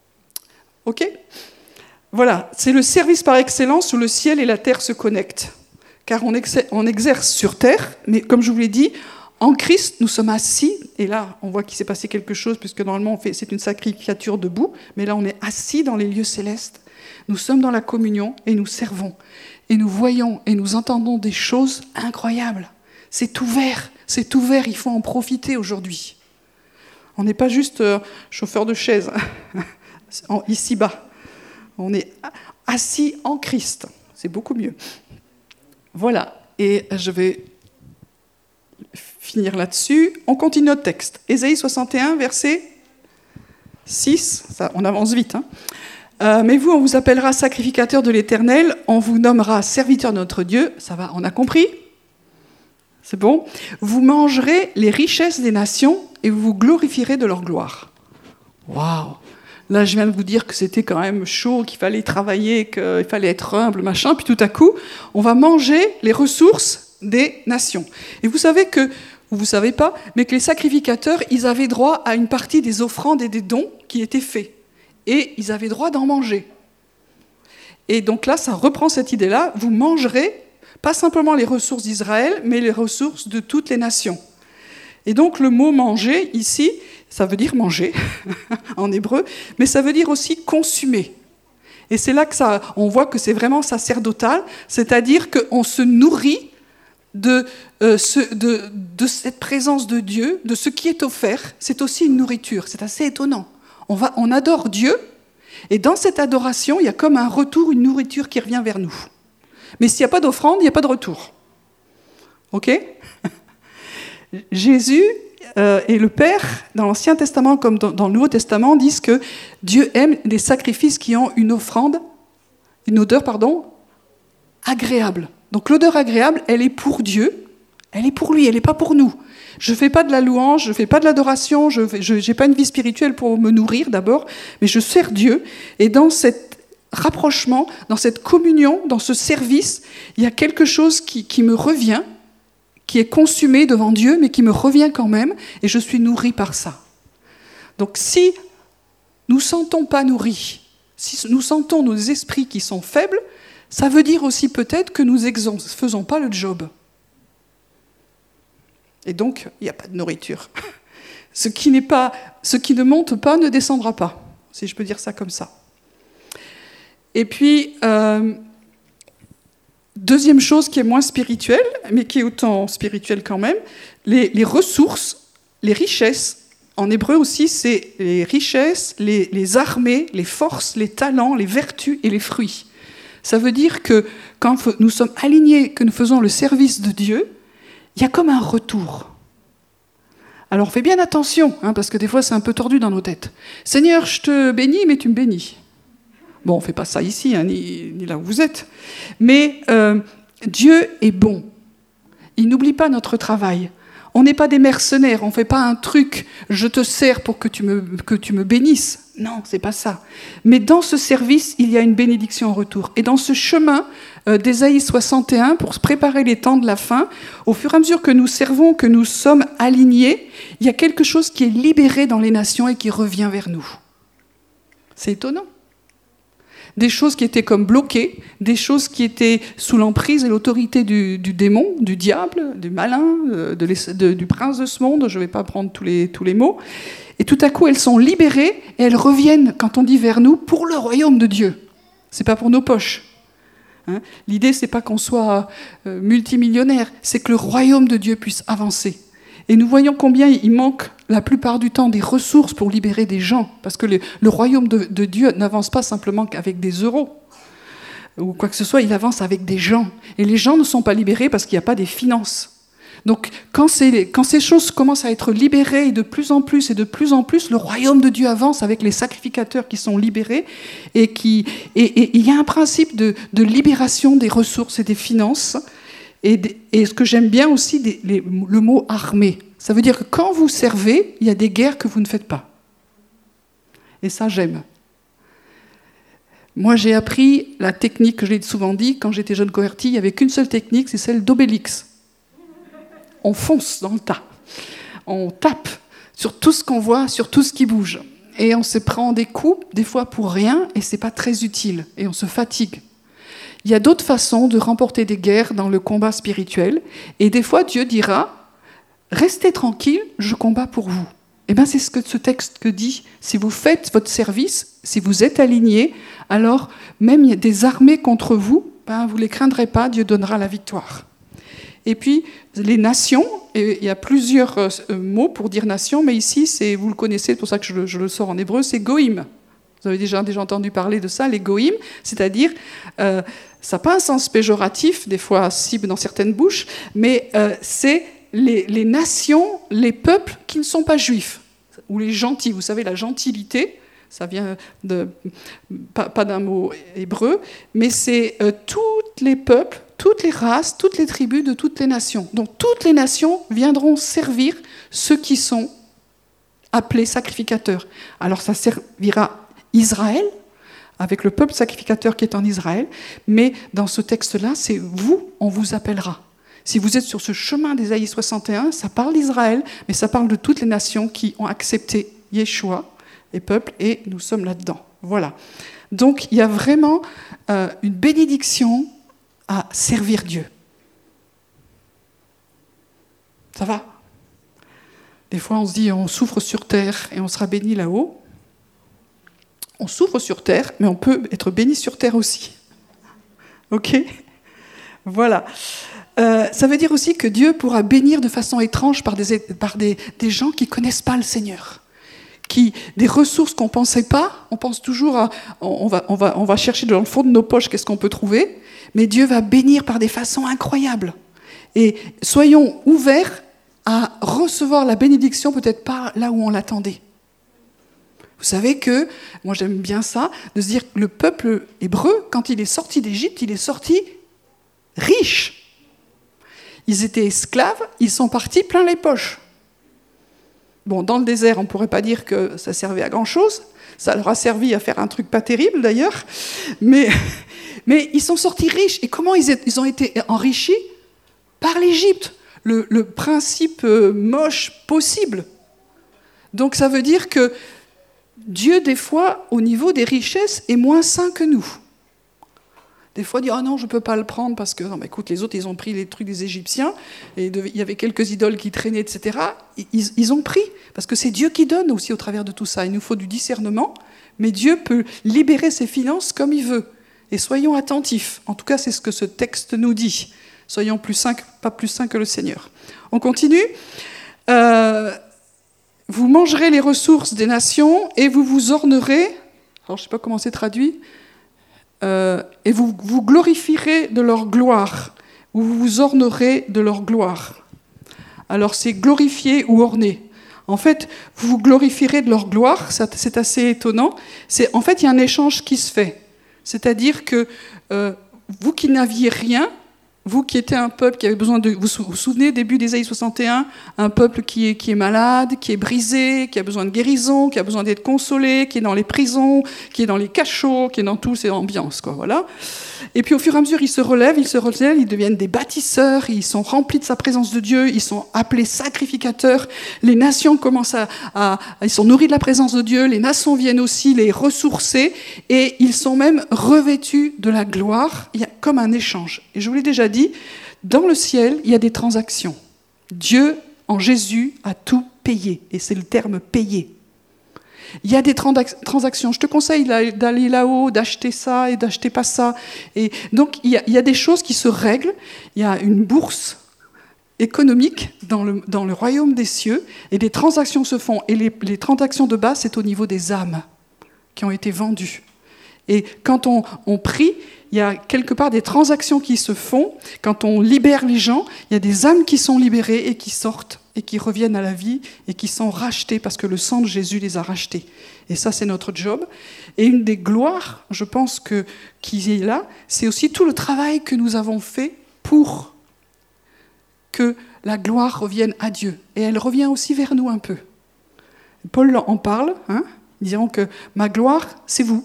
Voilà, c'est le service par excellence où le ciel et la terre se connectent. Car on exerce sur terre, mais comme je vous l'ai dit, en Christ, nous sommes assis, et là, on voit qu'il s'est passé quelque chose, puisque normalement, c'est une sacrificature debout, mais là, on est assis dans les lieux célestes. Nous sommes dans la communion, et nous servons. Et nous voyons, et nous entendons des choses incroyables. C'est ouvert, il faut en profiter aujourd'hui. On n'est pas juste chauffeur de chaise, ici-bas. On est assis en Christ, c'est beaucoup mieux. Voilà, et je vais finir là-dessus. On continue notre texte. Ésaïe 61, verset 6. Ça, on avance vite. Mais vous, on vous appellera sacrificateur de l'Éternel, on vous nommera serviteur de notre Dieu. Ça va, on a compris ? C'est bon ? Vous mangerez les richesses des nations et vous vous glorifierez de leur gloire. Waouh ! Là, je viens de vous dire que c'était quand même chaud, qu'il fallait travailler, qu'il fallait être humble, machin. Puis tout à coup, on va manger les ressources des nations. Et vous savez que, ou vous ne savez pas, mais que les sacrificateurs, ils avaient droit à une partie des offrandes et des dons qui étaient faits. Et ils avaient droit d'en manger. Et donc là, ça reprend cette idée-là. Vous mangerez pas simplement les ressources d'Israël, mais les ressources de toutes les nations. Et donc le mot « manger » ici, ça veut dire manger en hébreu, mais ça veut dire aussi consommer. Et c'est là que on voit que c'est vraiment sacerdotal, c'est-à-dire qu'on se nourrit de cette présence de Dieu, de ce qui est offert. C'est aussi une nourriture, c'est assez étonnant. On adore Dieu, et dans cette adoration, il y a comme un retour, une nourriture qui revient vers nous. Mais s'il n'y a pas d'offrande, il n'y a pas de retour. OK ? Jésus et le Père, dans l'Ancien Testament comme dans le Nouveau Testament, disent que Dieu aime les sacrifices qui ont une odeur agréable. Donc l'odeur agréable, elle est pour Dieu, elle est pour lui, elle n'est pas pour nous. Je ne fais pas de la louange, je ne fais pas de l'adoration, je n'ai pas une vie spirituelle pour me nourrir d'abord, mais je sers Dieu. Et dans cet rapprochement, dans cette communion, dans ce service, il y a quelque chose qui me revient, qui est consumé devant Dieu, mais qui me revient quand même, et je suis nourri par ça. Donc si nous ne sentons pas nourris, si nous sentons nos esprits qui sont faibles, ça veut dire aussi peut-être que nous ne faisons pas le job. Et donc, il n'y a pas de nourriture. Ce qui ne monte pas ne descendra pas, si je peux dire ça comme ça. Et puis, deuxième chose qui est moins spirituelle, mais qui est autant spirituelle quand même, les ressources, les richesses. En hébreu aussi, c'est les richesses, les armées, les forces, les talents, les vertus et les fruits. Ça veut dire que quand nous sommes alignés, que nous faisons le service de Dieu, il y a comme un retour. Alors fais bien attention, parce que des fois c'est un peu tordu dans nos têtes. Seigneur, je te bénis, mais tu me bénis. Bon, on ne fait pas ça ici, ni là où vous êtes. Mais Dieu est bon. Il n'oublie pas notre travail. On n'est pas des mercenaires, on ne fait pas un truc, je te sers pour que tu me bénisses. Non, c'est pas ça. Mais dans ce service, il y a une bénédiction en retour. Et dans ce chemin d'Ésaïe 61, pour se préparer les temps de la fin, au fur et à mesure que nous servons, que nous sommes alignés, il y a quelque chose qui est libéré dans les nations et qui revient vers nous. C'est étonnant. Des choses qui étaient comme bloquées, des choses qui étaient sous l'emprise et l'autorité du démon, du diable, du malin, du prince de ce monde, je ne vais pas prendre tous les mots. Et tout à coup, elles sont libérées et elles reviennent, quand on dit vers nous, pour le royaume de Dieu. Ce n'est pas pour nos poches. L'idée, ce n'est pas qu'on soit multimillionnaire, c'est que le royaume de Dieu puisse avancer. Et nous voyons combien il manque la plupart du temps des ressources pour libérer des gens, parce que le royaume de Dieu n'avance pas simplement qu'avec des euros ou quoi que ce soit, il avance avec des gens. Et les gens ne sont pas libérés parce qu'il n'y a pas des finances. Donc quand ces choses commencent à être libérées et de plus en plus, le royaume de Dieu avance avec les sacrificateurs qui sont libérés et il y a un principe de libération des ressources et des finances. Et ce que j'aime bien aussi, le mot « armée ». Ça veut dire que quand vous servez, il y a des guerres que vous ne faites pas. Et ça, j'aime. Moi, j'ai appris la technique que je l'ai souvent dit, quand j'étais jeune convertie, il n'y avait qu'une seule technique, c'est celle d'Obélix. On fonce dans le tas. On tape sur tout ce qu'on voit, sur tout ce qui bouge. Et on se prend des coups, des fois pour rien, et ce n'est pas très utile. Et on se fatigue. Il y a d'autres façons de remporter des guerres dans le combat spirituel. Et des fois, Dieu dira, restez tranquille, je combats pour vous. Eh bien, c'est ce que ce texte dit. Si vous faites votre service, si vous êtes alignés, alors même il y a des armées contre vous, vous ne les craindrez pas, Dieu donnera la victoire. Et puis, les nations, et il y a plusieurs mots pour dire nation, mais ici, vous le connaissez, c'est pour ça que je le sors en hébreu, c'est goïm. Vous avez déjà entendu parler de ça, les goïm, c'est-à-dire, ça n'a pas un sens péjoratif, des fois cible dans certaines bouches, mais c'est les nations, les peuples qui ne sont pas juifs, ou les gentils. Vous savez, la gentilité, ça vient pas d'un mot hébreu, mais c'est tous les peuples, toutes les races, toutes les tribus de toutes les nations. Donc toutes les nations viendront servir ceux qui sont appelés sacrificateurs. Alors ça servira Israël, avec le peuple sacrificateur qui est en Israël, mais dans ce texte-là, c'est vous, on vous appellera. Si vous êtes sur ce chemin d'Ésaïe 61, ça parle d'Israël, mais ça parle de toutes les nations qui ont accepté Yeshua, les peuples, et nous sommes là-dedans. Voilà. Donc il y a vraiment une bénédiction à servir Dieu. Ça va ? Des fois, on se dit, on souffre sur terre et on sera béni là-haut. On souffre sur terre, mais on peut être béni sur terre aussi. Ok ? Voilà. Ça veut dire aussi que Dieu pourra bénir de façon étrange par des gens qui ne connaissent pas le Seigneur. Des ressources qu'on ne pensait pas, on pense toujours à... On va chercher dans le fond de nos poches qu'est-ce qu'on peut trouver, mais Dieu va bénir par des façons incroyables. Et soyons ouverts à recevoir la bénédiction, peut-être pas là où on l'attendait. Vous savez que, moi j'aime bien ça, de se dire que le peuple hébreu, quand il est sorti d'Égypte, il est sorti riche. Ils étaient esclaves, ils sont partis plein les poches. Bon, dans le désert, on ne pourrait pas dire que ça servait à grand-chose. Ça leur a servi à faire un truc pas terrible, d'ailleurs. Mais ils sont sortis riches. Et comment ils ont été enrichis ? Par l'Égypte. Le principe moche possible. Donc ça veut dire que Dieu, des fois, au niveau des richesses, est moins saint que nous. Des fois, dire « Ah non, je ne peux pas le prendre parce que, non, mais écoute, les autres, ils ont pris les trucs des Égyptiens, et il y avait quelques idoles qui traînaient, etc. » Ils ont pris, parce que c'est Dieu qui donne aussi au travers de tout ça. Il nous faut du discernement, mais Dieu peut libérer ses finances comme il veut. Et soyons attentifs. En tout cas, c'est ce que ce texte nous dit. Soyons pas plus saints que le Seigneur. On continue. Vous mangerez les ressources des nations et vous vous ornerez. Alors, je ne sais pas comment c'est traduit. Et vous vous glorifierez de leur gloire. Vous vous ornerez de leur gloire. Alors, c'est glorifier ou orner. En fait, vous vous glorifierez de leur gloire, c'est assez étonnant. En fait, il y a un échange qui se fait. C'est-à-dire que vous qui n'aviez rien, vous qui étiez un peuple qui avait besoin de... Vous vous souvenez, début d'Ésaïe 61, un peuple qui est malade, qui est brisé, qui a besoin de guérison, qui a besoin d'être consolé, qui est dans les prisons, qui est dans les cachots, qui est dans toutes ces ambiances, quoi, voilà. Et puis au fur et à mesure, ils se relèvent, ils deviennent des bâtisseurs, ils sont remplis de sa présence de Dieu, ils sont appelés sacrificateurs, les nations commencent ils sont nourris de la présence de Dieu, les nations viennent aussi les ressourcer, et ils sont même revêtus de la gloire, il y a comme un échange. Et je vous l'ai déjà dit, dans le ciel, il y a des transactions. Dieu, en Jésus, a tout payé, et c'est le terme « payer ». Il y a des transactions. Je te conseille d'aller là-haut, d'acheter ça et d'acheter pas ça. Et donc, il y a des choses qui se règlent. Il y a une bourse économique dans le royaume des cieux et des transactions se font. Et les transactions de base, c'est au niveau des âmes qui ont été vendues. Et quand on prie, il y a quelque part des transactions qui se font. Quand on libère les gens, il y a des âmes qui sont libérées et qui sortent et qui reviennent à la vie et qui sont rachetées parce que le sang de Jésus les a rachetés. Et ça, c'est notre job. Et une des gloires, je pense, qui est là, c'est aussi tout le travail que nous avons fait pour que la gloire revienne à Dieu. Et elle revient aussi vers nous un peu. Paul en parle, disant que ma gloire, c'est vous.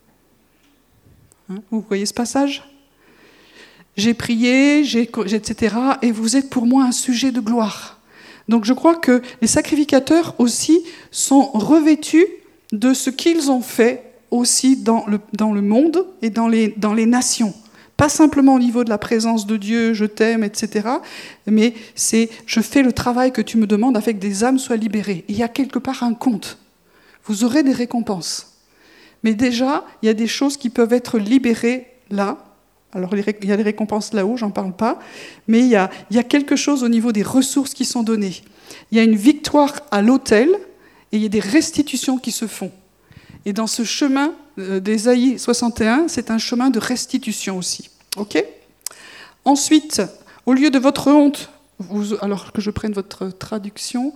Vous voyez ce passage ? J'ai prié, etc. Et vous êtes pour moi un sujet de gloire. Donc je crois que les sacrificateurs aussi sont revêtus de ce qu'ils ont fait aussi dans le monde et dans les nations. Pas simplement au niveau de la présence de Dieu, je t'aime, etc. Mais c'est je fais le travail que tu me demandes afin que des âmes soient libérées. Et il y a quelque part un compte. Vous aurez des récompenses. Mais déjà, il y a des choses qui peuvent être libérées là. Alors, il y a des récompenses là-haut, j'en parle pas. Mais il y a quelque chose au niveau des ressources qui sont données. Il y a une victoire à l'autel et il y a des restitutions qui se font. Et dans ce chemin d'Ésaïe 61, c'est un chemin de restitution aussi. Ok ? Ensuite, au lieu de votre honte, alors que je prenne votre traduction...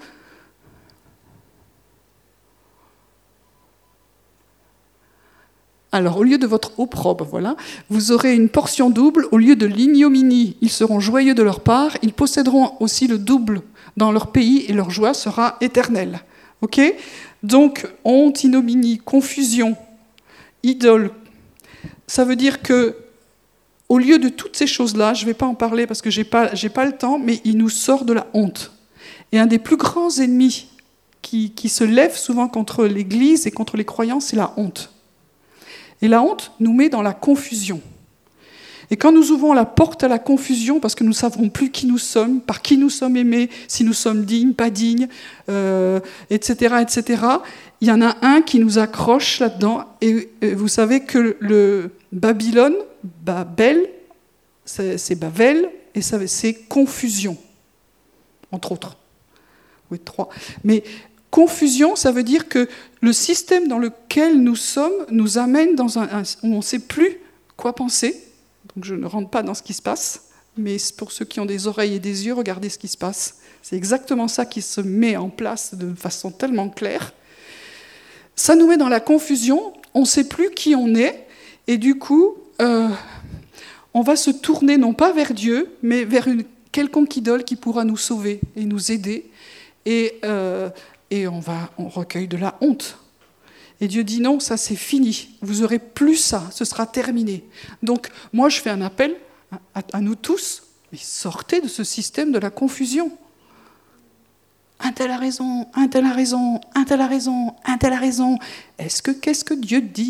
Alors, au lieu de votre opprobre, voilà, vous aurez une portion double au lieu de l'ignominie. Ils seront joyeux de leur part, ils posséderont aussi le double dans leur pays et leur joie sera éternelle. Ok ? Donc, honte, ignominie, confusion, idole. Ça veut dire que, au lieu de toutes ces choses-là, je ne vais pas en parler parce que j'ai pas le temps, mais il nous sort de la honte. Et un des plus grands ennemis qui se lève souvent contre l'Église et contre les croyants, c'est la honte. Et la honte nous met dans la confusion. Et quand nous ouvrons la porte à la confusion, parce que nous ne savons plus qui nous sommes, par qui nous sommes aimés, si nous sommes dignes, pas dignes, etc., etc., il y en a un qui nous accroche là-dedans. Et vous savez que le Babylone, Babel, c'est Bavel, et c'est confusion, entre autres. Oui, 3. Mais... confusion, ça veut dire que le système dans lequel nous sommes nous amène dans où on ne sait plus quoi penser. Donc je ne rentre pas dans ce qui se passe, mais pour ceux qui ont des oreilles et des yeux, regardez ce qui se passe. C'est exactement ça qui se met en place de façon tellement claire. Ça nous met dans la confusion, on ne sait plus qui on est, et du coup, on va se tourner non pas vers Dieu, mais vers une quelconque idole qui pourra nous sauver et nous aider. Et on recueille de la honte. Et Dieu dit non, ça c'est fini. Vous n'aurez plus ça, ce sera terminé. Donc moi je fais un appel à nous tous, mais sortez de ce système de la confusion. Un tel a raison, un tel a raison, un tel a raison, un tel a raison. Qu'est-ce que Dieu dit ?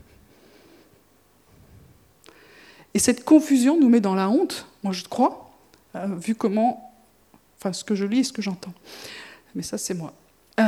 Et cette confusion nous met dans la honte, moi je crois, vu comment, ce que je lis et ce que j'entends. Mais ça c'est moi.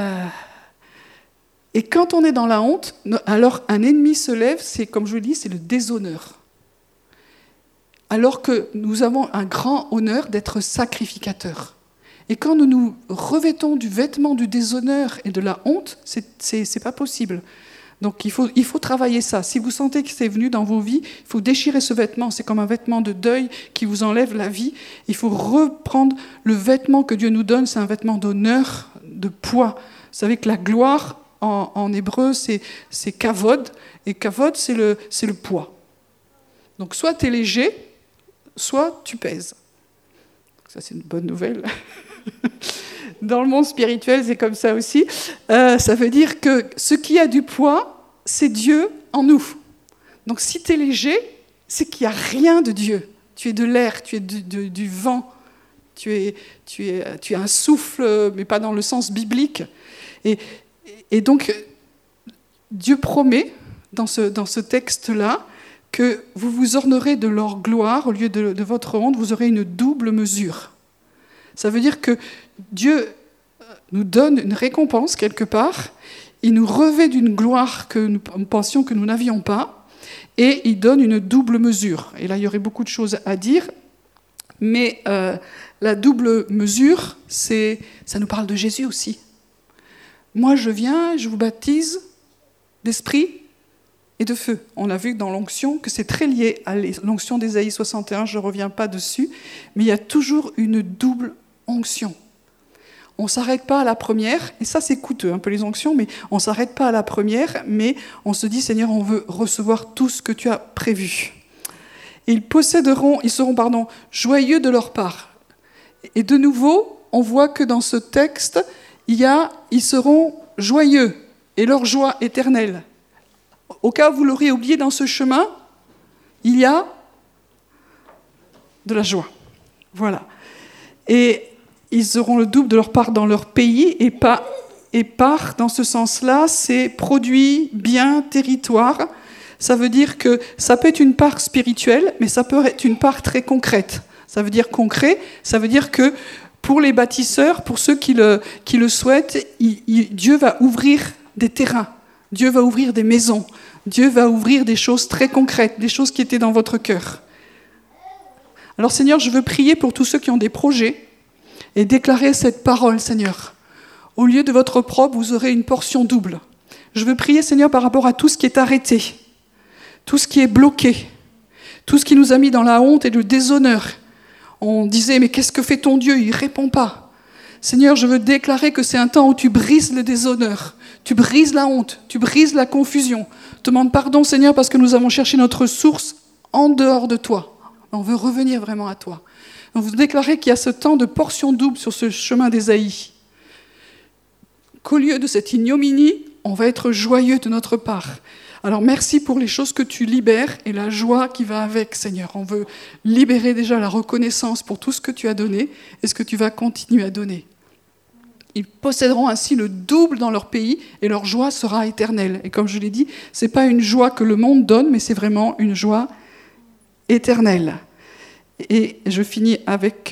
Et quand on est dans la honte, alors un ennemi se lève, c'est comme je le dis, c'est le déshonneur. Alors que nous avons un grand honneur d'être sacrificateurs. Et quand nous nous revêtons du vêtement du déshonneur et de la honte, c'est pas possible. Donc il faut travailler ça. Si vous sentez que c'est venu dans vos vies, il faut déchirer ce vêtement. C'est comme un vêtement de deuil qui vous enlève la vie. Il faut reprendre le vêtement que Dieu nous donne, c'est un vêtement d'honneur, de poids. Vous savez que la gloire, en hébreu, c'est kavod, et kavod, c'est le poids. Donc soit tu es léger, soit tu pèses. Ça, c'est une bonne nouvelle. Dans le monde spirituel, c'est comme ça aussi. Ça veut dire que ce qui a du poids, c'est Dieu en nous. Donc si tu es léger, c'est qu'il n'y a rien de Dieu. Tu es de l'air, tu es du vent, tu es un souffle, mais pas dans le sens biblique. Et donc, Dieu promet, dans ce texte-là, que vous vous ornerez de leur gloire, au lieu de votre honte, vous aurez une double mesure. Ça veut dire que Dieu nous donne une récompense quelque part, il nous revêt d'une gloire que nous pensions que nous n'avions pas, et il donne une double mesure. Et là, il y aurait beaucoup de choses à dire, mais la double mesure, ça nous parle de Jésus aussi. Moi, je viens, je vous baptise d'esprit et de feu. On a vu dans l'onction que c'est très lié à l'onction d'Ésaïe 61, je ne reviens pas dessus, mais il y a toujours une double onction. On ne s'arrête pas à la première, et ça c'est coûteux, un peu les onctions, mais on ne s'arrête pas à la première, mais on se dit, Seigneur, on veut recevoir tout ce que tu as prévu. Et ils seront joyeux de leur part. Et de nouveau, on voit que dans ce texte, ils seront joyeux, et leur joie éternelle. Au cas où vous l'auriez oublié dans ce chemin, il y a de la joie. Voilà. Et ils auront le double de leur part dans leur pays, et part, dans ce sens-là, c'est produit, bien, territoire. Ça veut dire que ça peut être une part spirituelle, mais ça peut être une part très concrète. Ça veut dire concret, ça veut dire que pour les bâtisseurs, pour ceux qui le souhaitent, Dieu va ouvrir des terrains, Dieu va ouvrir des maisons, Dieu va ouvrir des choses très concrètes, des choses qui étaient dans votre cœur. Alors Seigneur, je veux prier pour tous ceux qui ont des projets et déclarer cette parole, Seigneur. Au lieu de votre opprobre, vous aurez une portion double. Je veux prier, Seigneur, par rapport à tout ce qui est arrêté, tout ce qui est bloqué, tout ce qui nous a mis dans la honte et le déshonneur. On disait, mais qu'est-ce que fait ton Dieu ? Il ne répond pas. Seigneur, je veux déclarer que c'est un temps où tu brises le déshonneur, tu brises la honte, tu brises la confusion. Demande pardon, Seigneur, parce que nous avons cherché notre source en dehors de toi. On veut revenir vraiment à toi. On veut déclarer qu'il y a ce temps de portion double sur ce chemin d'Ésaïe. Qu'au lieu de cette ignominie, on va être joyeux de notre part. Alors merci pour les choses que tu libères et la joie qui va avec, Seigneur. On veut libérer déjà la reconnaissance pour tout ce que tu as donné et ce que tu vas continuer à donner. Ils posséderont ainsi le double dans leur pays et leur joie sera éternelle. Et comme je l'ai dit, ce n'est pas une joie que le monde donne, mais c'est vraiment une joie éternelle. Et je finis avec...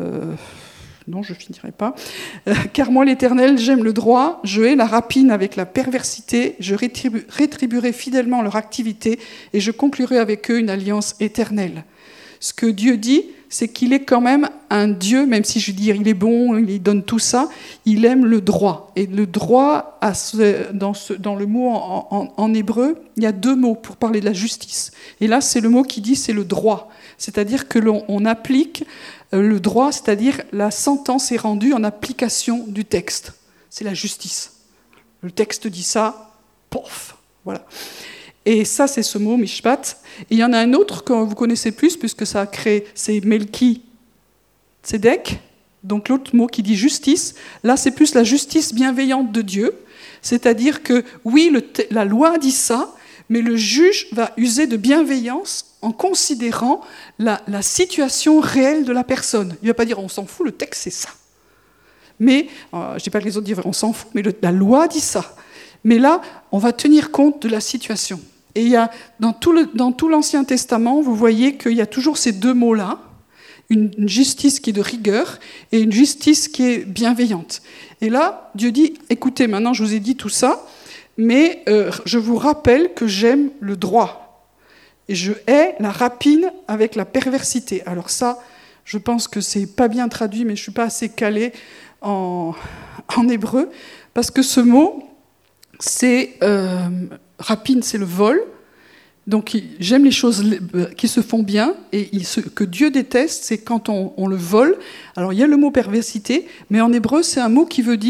Non, je ne finirai pas. Car moi, l'Éternel, j'aime le droit, je hais la rapine avec la perversité, je rétribuerai fidèlement leur activité et je conclurai avec eux une alliance éternelle. Ce que Dieu dit, c'est qu'il est quand même un Dieu, même si je veux dire il est bon, il donne tout ça, il aime le droit. Et le droit, dans le mot en hébreu, il y a deux mots pour parler de la justice. Et là, c'est le mot qui dit, c'est le droit. C'est-à-dire que l'on applique le droit, c'est-à-dire la sentence est rendue en application du texte. C'est la justice. Le texte dit ça, pof, voilà. Et ça, c'est ce mot, mishpat. Et il y en a un autre que vous connaissez plus, puisque ça a créé, c'est Melki Tzedek, donc l'autre mot qui dit justice. Là, c'est plus la justice bienveillante de Dieu. C'est-à-dire que, oui, la loi dit ça, mais le juge va user de bienveillance en considérant la situation réelle de la personne. Il ne va pas dire « on s'en fout, le texte c'est ça ». Mais, je ne dis pas que les autres disent « on s'en fout », mais la loi dit ça. Mais là, on va tenir compte de la situation. Et il y a, dans tout l'Ancien Testament, vous voyez qu'il y a toujours ces deux mots-là, une justice qui est de rigueur et une justice qui est bienveillante. Et là, Dieu dit « écoutez, maintenant je vous ai dit tout ça, mais je vous rappelle que j'aime le droit. Et je hais la rapine avec la perversité. » Alors ça, je pense que c'est pas bien traduit, mais je suis pas assez calée en hébreu, parce que ce mot, c'est rapine, c'est le vol. Donc j'aime les choses qui se font bien, et ce que Dieu déteste, c'est quand on le vole. Alors il y a le mot perversité, mais en hébreu, c'est un mot qui veut dire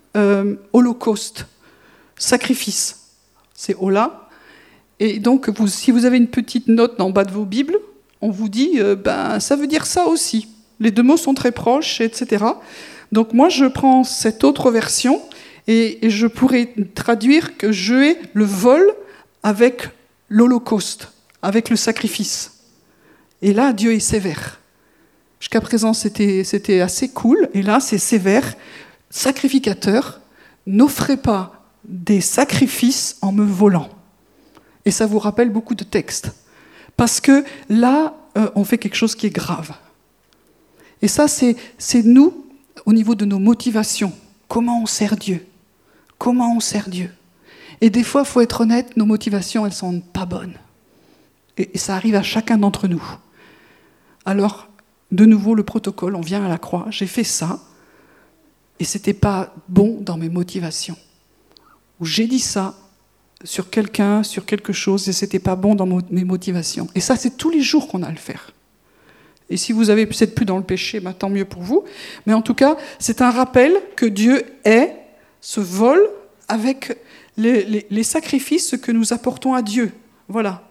holocauste, sacrifice. C'est Ola. Et donc, si vous avez une petite note en bas de vos Bibles, on vous dit, ça veut dire ça aussi. Les deux mots sont très proches, etc. Donc moi, je prends cette autre version et je pourrais traduire que je hais le vol avec l'holocauste, avec le sacrifice. Et là, Dieu est sévère. Jusqu'à présent, c'était assez cool. Et là, c'est sévère. Sacrificateur, n'offrez pas des sacrifices en me volant. Et ça vous rappelle beaucoup de textes. Parce que là, on fait quelque chose qui est grave. Et ça, c'est nous, au niveau de nos motivations. Comment on sert Dieu ? Comment on sert Dieu ? Et des fois, il faut être honnête, nos motivations, elles ne sont pas bonnes. Et ça arrive à chacun d'entre nous. Alors, de nouveau, le protocole, on vient à la croix, j'ai fait ça, et ce n'était pas bon dans mes motivations. Ou j'ai dit ça sur quelqu'un, sur quelque chose, et ce n'était pas bon dans mes motivations. Et ça, c'est tous les jours qu'on a à le faire. Et si vous avez peut-être plus dans le péché, tant mieux pour vous. Mais en tout cas, c'est un rappel que Dieu est ce vol avec les sacrifices que nous apportons à Dieu. Voilà.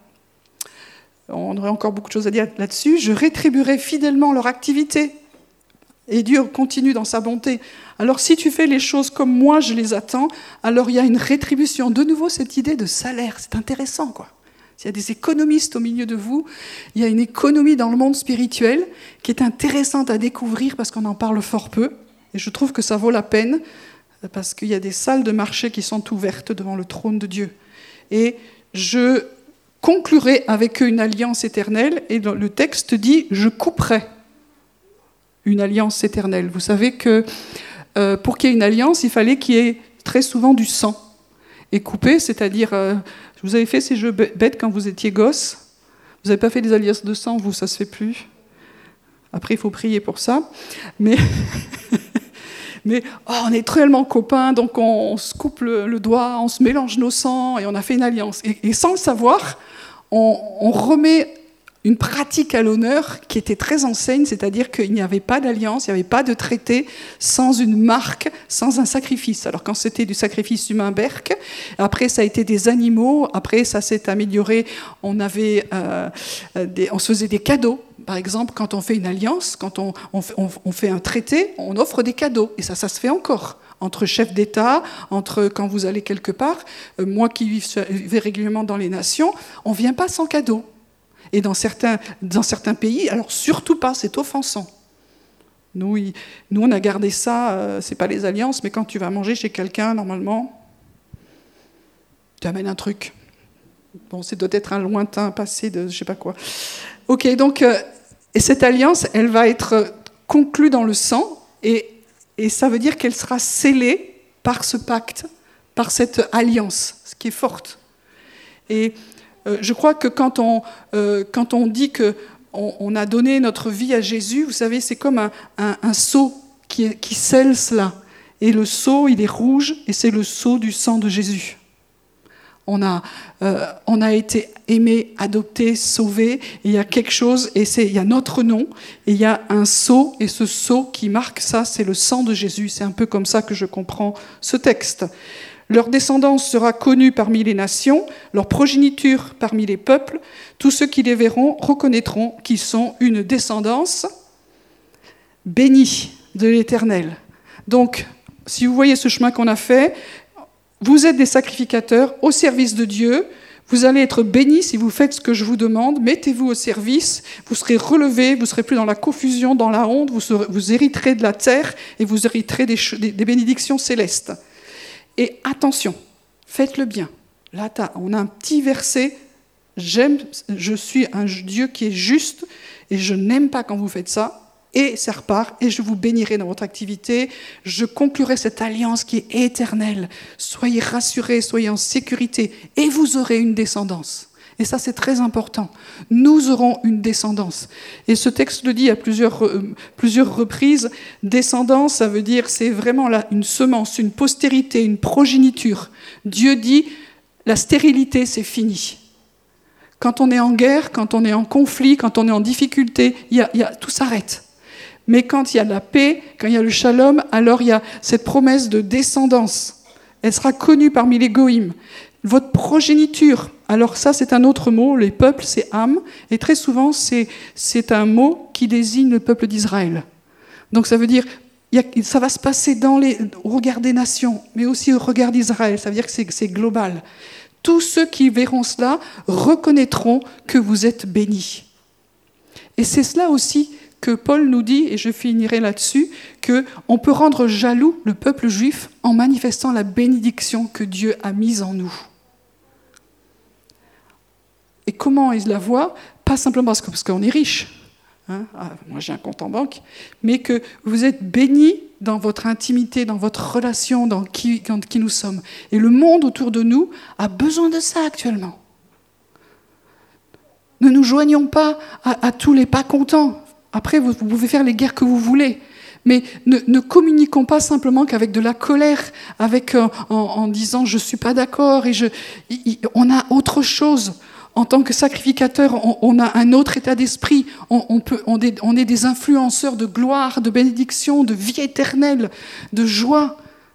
On aurait encore beaucoup de choses à dire là-dessus. Je rétribuerai fidèlement leur activité. Et Dieu continue dans sa bonté. Alors si tu fais les choses comme moi, je les attends, alors il y a une rétribution. De nouveau, cette idée de salaire, c'est intéressant, quoi. S'il y a des économistes au milieu de vous, il y a une économie dans le monde spirituel qui est intéressante à découvrir parce qu'on en parle fort peu. Et je trouve que ça vaut la peine parce qu'il y a des salles de marché qui sont ouvertes devant le trône de Dieu. Et je conclurai avec eux une alliance éternelle. Et le texte dit « je couperai une alliance éternelle ». Vous savez que pour qu'il y ait une alliance, il fallait qu'il y ait très souvent du sang. Et couper, c'est-à-dire... vous avez fait ces jeux bêtes quand vous étiez gosse. Vous n'avez pas fait des alliances de sang, vous, ça ne se fait plus. Après, il faut prier pour ça. Mais on est tellement copains, donc on se coupe le doigt, on se mélange nos sangs et on a fait une alliance. Et sans le savoir, on remet une pratique à l'honneur qui était très ancienne, c'est-à-dire qu'il n'y avait pas d'alliance, il n'y avait pas de traité sans une marque, sans un sacrifice. Alors quand c'était du sacrifice humain berque, après ça a été des animaux, après ça s'est amélioré, on se faisait des cadeaux. Par exemple, quand on fait une alliance, quand on fait un traité, on offre des cadeaux, et ça se fait encore. Entre chefs d'État, quand vous allez quelque part, moi qui vais régulièrement dans les nations, on ne vient pas sans cadeau. Et dans certains pays, alors surtout pas, c'est offensant. Nous, on a gardé ça, c'est pas les alliances, mais quand tu vas manger chez quelqu'un, normalement, tu amènes un truc. Bon, c'est doit être un lointain passé de je sais pas quoi. Ok, donc, et cette alliance, elle va être conclue dans le sang, et ça veut dire qu'elle sera scellée par ce pacte, par cette alliance, ce qui est forte. Et je crois que quand on dit qu'on a donné notre vie à Jésus, vous savez, c'est comme un sceau qui scelle cela. Et le sceau, il est rouge, et c'est le sceau du sang de Jésus. On a été aimé, adopté, sauvé, et il y a quelque chose, et il y a notre nom, et il y a un sceau, et ce sceau qui marque ça, c'est le sang de Jésus. C'est un peu comme ça que je comprends ce texte. Leur descendance sera connue parmi les nations, leur progéniture parmi les peuples. Tous ceux qui les verront reconnaîtront qu'ils sont une descendance bénie de l'Éternel. Donc, si vous voyez ce chemin qu'on a fait, vous êtes des sacrificateurs au service de Dieu. Vous allez être bénis si vous faites ce que je vous demande. Mettez-vous au service, vous serez relevés, vous ne serez plus dans la confusion, dans la honte, vous hériterez de la terre et vous hériterez des bénédictions célestes. Et attention, faites le bien. Là, on a un petit verset. Je suis un Dieu qui est juste et je n'aime pas quand vous faites ça. Et ça repart et je vous bénirai dans votre activité. Je conclurai cette alliance qui est éternelle. Soyez rassurés, soyez en sécurité et vous aurez une descendance. Et ça, c'est très important. Nous aurons une descendance. Et ce texte le dit à plusieurs reprises. Descendance, ça veut dire, c'est vraiment là une semence, une postérité, une progéniture. Dieu dit, la stérilité, c'est fini. Quand on est en guerre, quand on est en conflit, quand on est en difficulté, tout s'arrête. Mais quand il y a la paix, quand il y a le shalom, alors il y a cette promesse de descendance. Elle sera connue parmi les goïms. Votre progéniture, alors ça c'est un autre mot, les peuples c'est âme, et très souvent c'est un mot qui désigne le peuple d'Israël. Donc ça veut dire, ça va se passer au regard des nations, mais aussi au regard d'Israël, ça veut dire que c'est global. Tous ceux qui verront cela reconnaîtront que vous êtes bénis. Et c'est cela aussi que Paul nous dit, et je finirai là-dessus, qu'on peut rendre jaloux le peuple juif en manifestant la bénédiction que Dieu a mise en nous. Et comment il la voit ? Pas simplement parce qu'on est riche, hein, moi j'ai un compte en banque, mais que vous êtes bénis dans votre intimité, dans votre relation, dans qui nous sommes. Et le monde autour de nous a besoin de ça actuellement. Ne nous joignons pas à tous les pas contents. Après, vous pouvez faire les guerres que vous voulez. Mais ne communiquons pas simplement qu'avec de la colère, en disant « je ne suis pas d'accord ». On a autre chose. En tant que sacrificateur, on a un autre état d'esprit. On est des influenceurs de gloire, de bénédiction, de vie éternelle, de joie.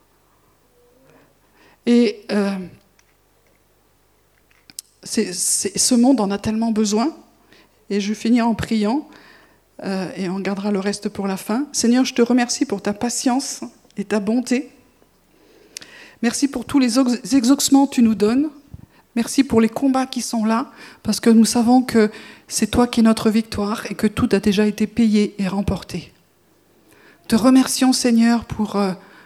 Et ce monde en a tellement besoin. Et je finis en priant. Et on gardera le reste pour la fin. Seigneur, je te remercie pour ta patience et ta bonté. Merci pour tous les exaucements que tu nous donnes. Merci pour les combats qui sont là, parce que nous savons que c'est toi qui es notre victoire et que tout a déjà été payé et remporté. Te remercions, Seigneur, pour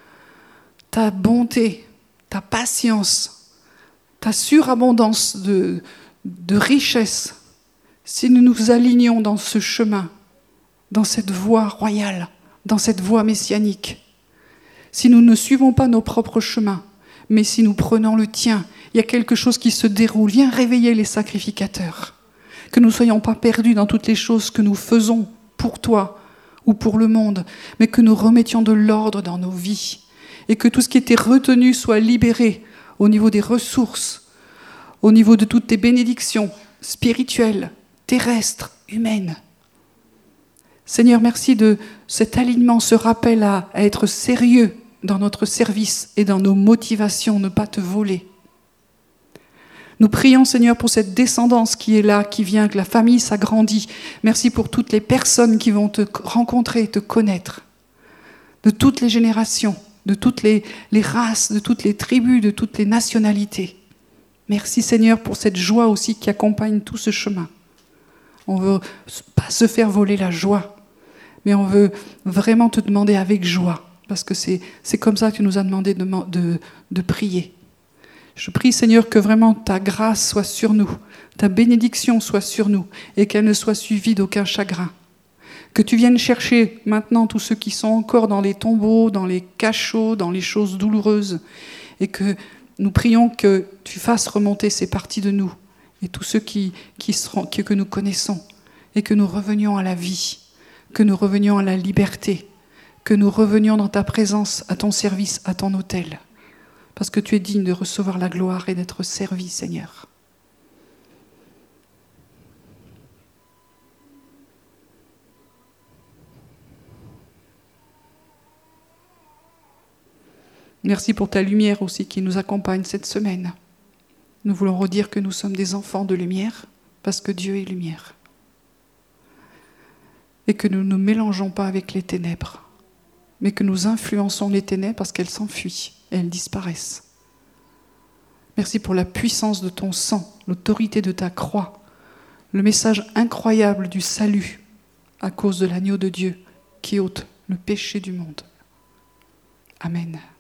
ta bonté, ta patience, ta surabondance de richesse. Si nous nous alignons dans ce chemin, dans cette voie royale, dans cette voie messianique, si nous ne suivons pas nos propres chemins, mais si nous prenons le tien, il y a quelque chose qui se déroule. Viens réveiller les sacrificateurs. Que nous ne soyons pas perdus dans toutes les choses que nous faisons pour toi ou pour le monde, mais que nous remettions de l'ordre dans nos vies et que tout ce qui était retenu soit libéré au niveau des ressources, au niveau de toutes tes bénédictions spirituelles, terrestres, humaines. Seigneur, merci de cet alignement, ce rappel à être sérieux dans notre service et dans nos motivations, ne pas te voler. Nous prions, Seigneur, pour cette descendance qui est là, qui vient, que la famille s'agrandit. Merci pour toutes les personnes qui vont te rencontrer, te connaître, de toutes les générations, de toutes les races, de toutes les tribus, de toutes les nationalités. Merci, Seigneur, pour cette joie aussi qui accompagne tout ce chemin. On ne veut pas se faire voler la joie, mais on veut vraiment te demander avec joie, parce que c'est comme ça que tu nous as demandé de prier. Je prie, Seigneur, que vraiment ta grâce soit sur nous, ta bénédiction soit sur nous, et qu'elle ne soit suivie d'aucun chagrin. Que tu viennes chercher maintenant tous ceux qui sont encore dans les tombeaux, dans les cachots, dans les choses douloureuses, et que nous prions que tu fasses remonter ces parties de nous, et tous ceux que nous connaissons, et que nous revenions à la vie, que nous revenions à la liberté, que nous revenions dans ta présence, à ton service, à ton autel. Parce que tu es digne de recevoir la gloire et d'être servi, Seigneur. Merci pour ta lumière aussi qui nous accompagne cette semaine. Nous voulons redire que nous sommes des enfants de lumière, parce que Dieu est lumière. Et que nous ne nous mélangeons pas avec les ténèbres, mais que nous influençons les ténèbres parce qu'elles s'enfuient. Elles disparaissent. Merci pour la puissance de ton sang, l'autorité de ta croix, le message incroyable du salut à cause de l'agneau de Dieu qui ôte le péché du monde. Amen.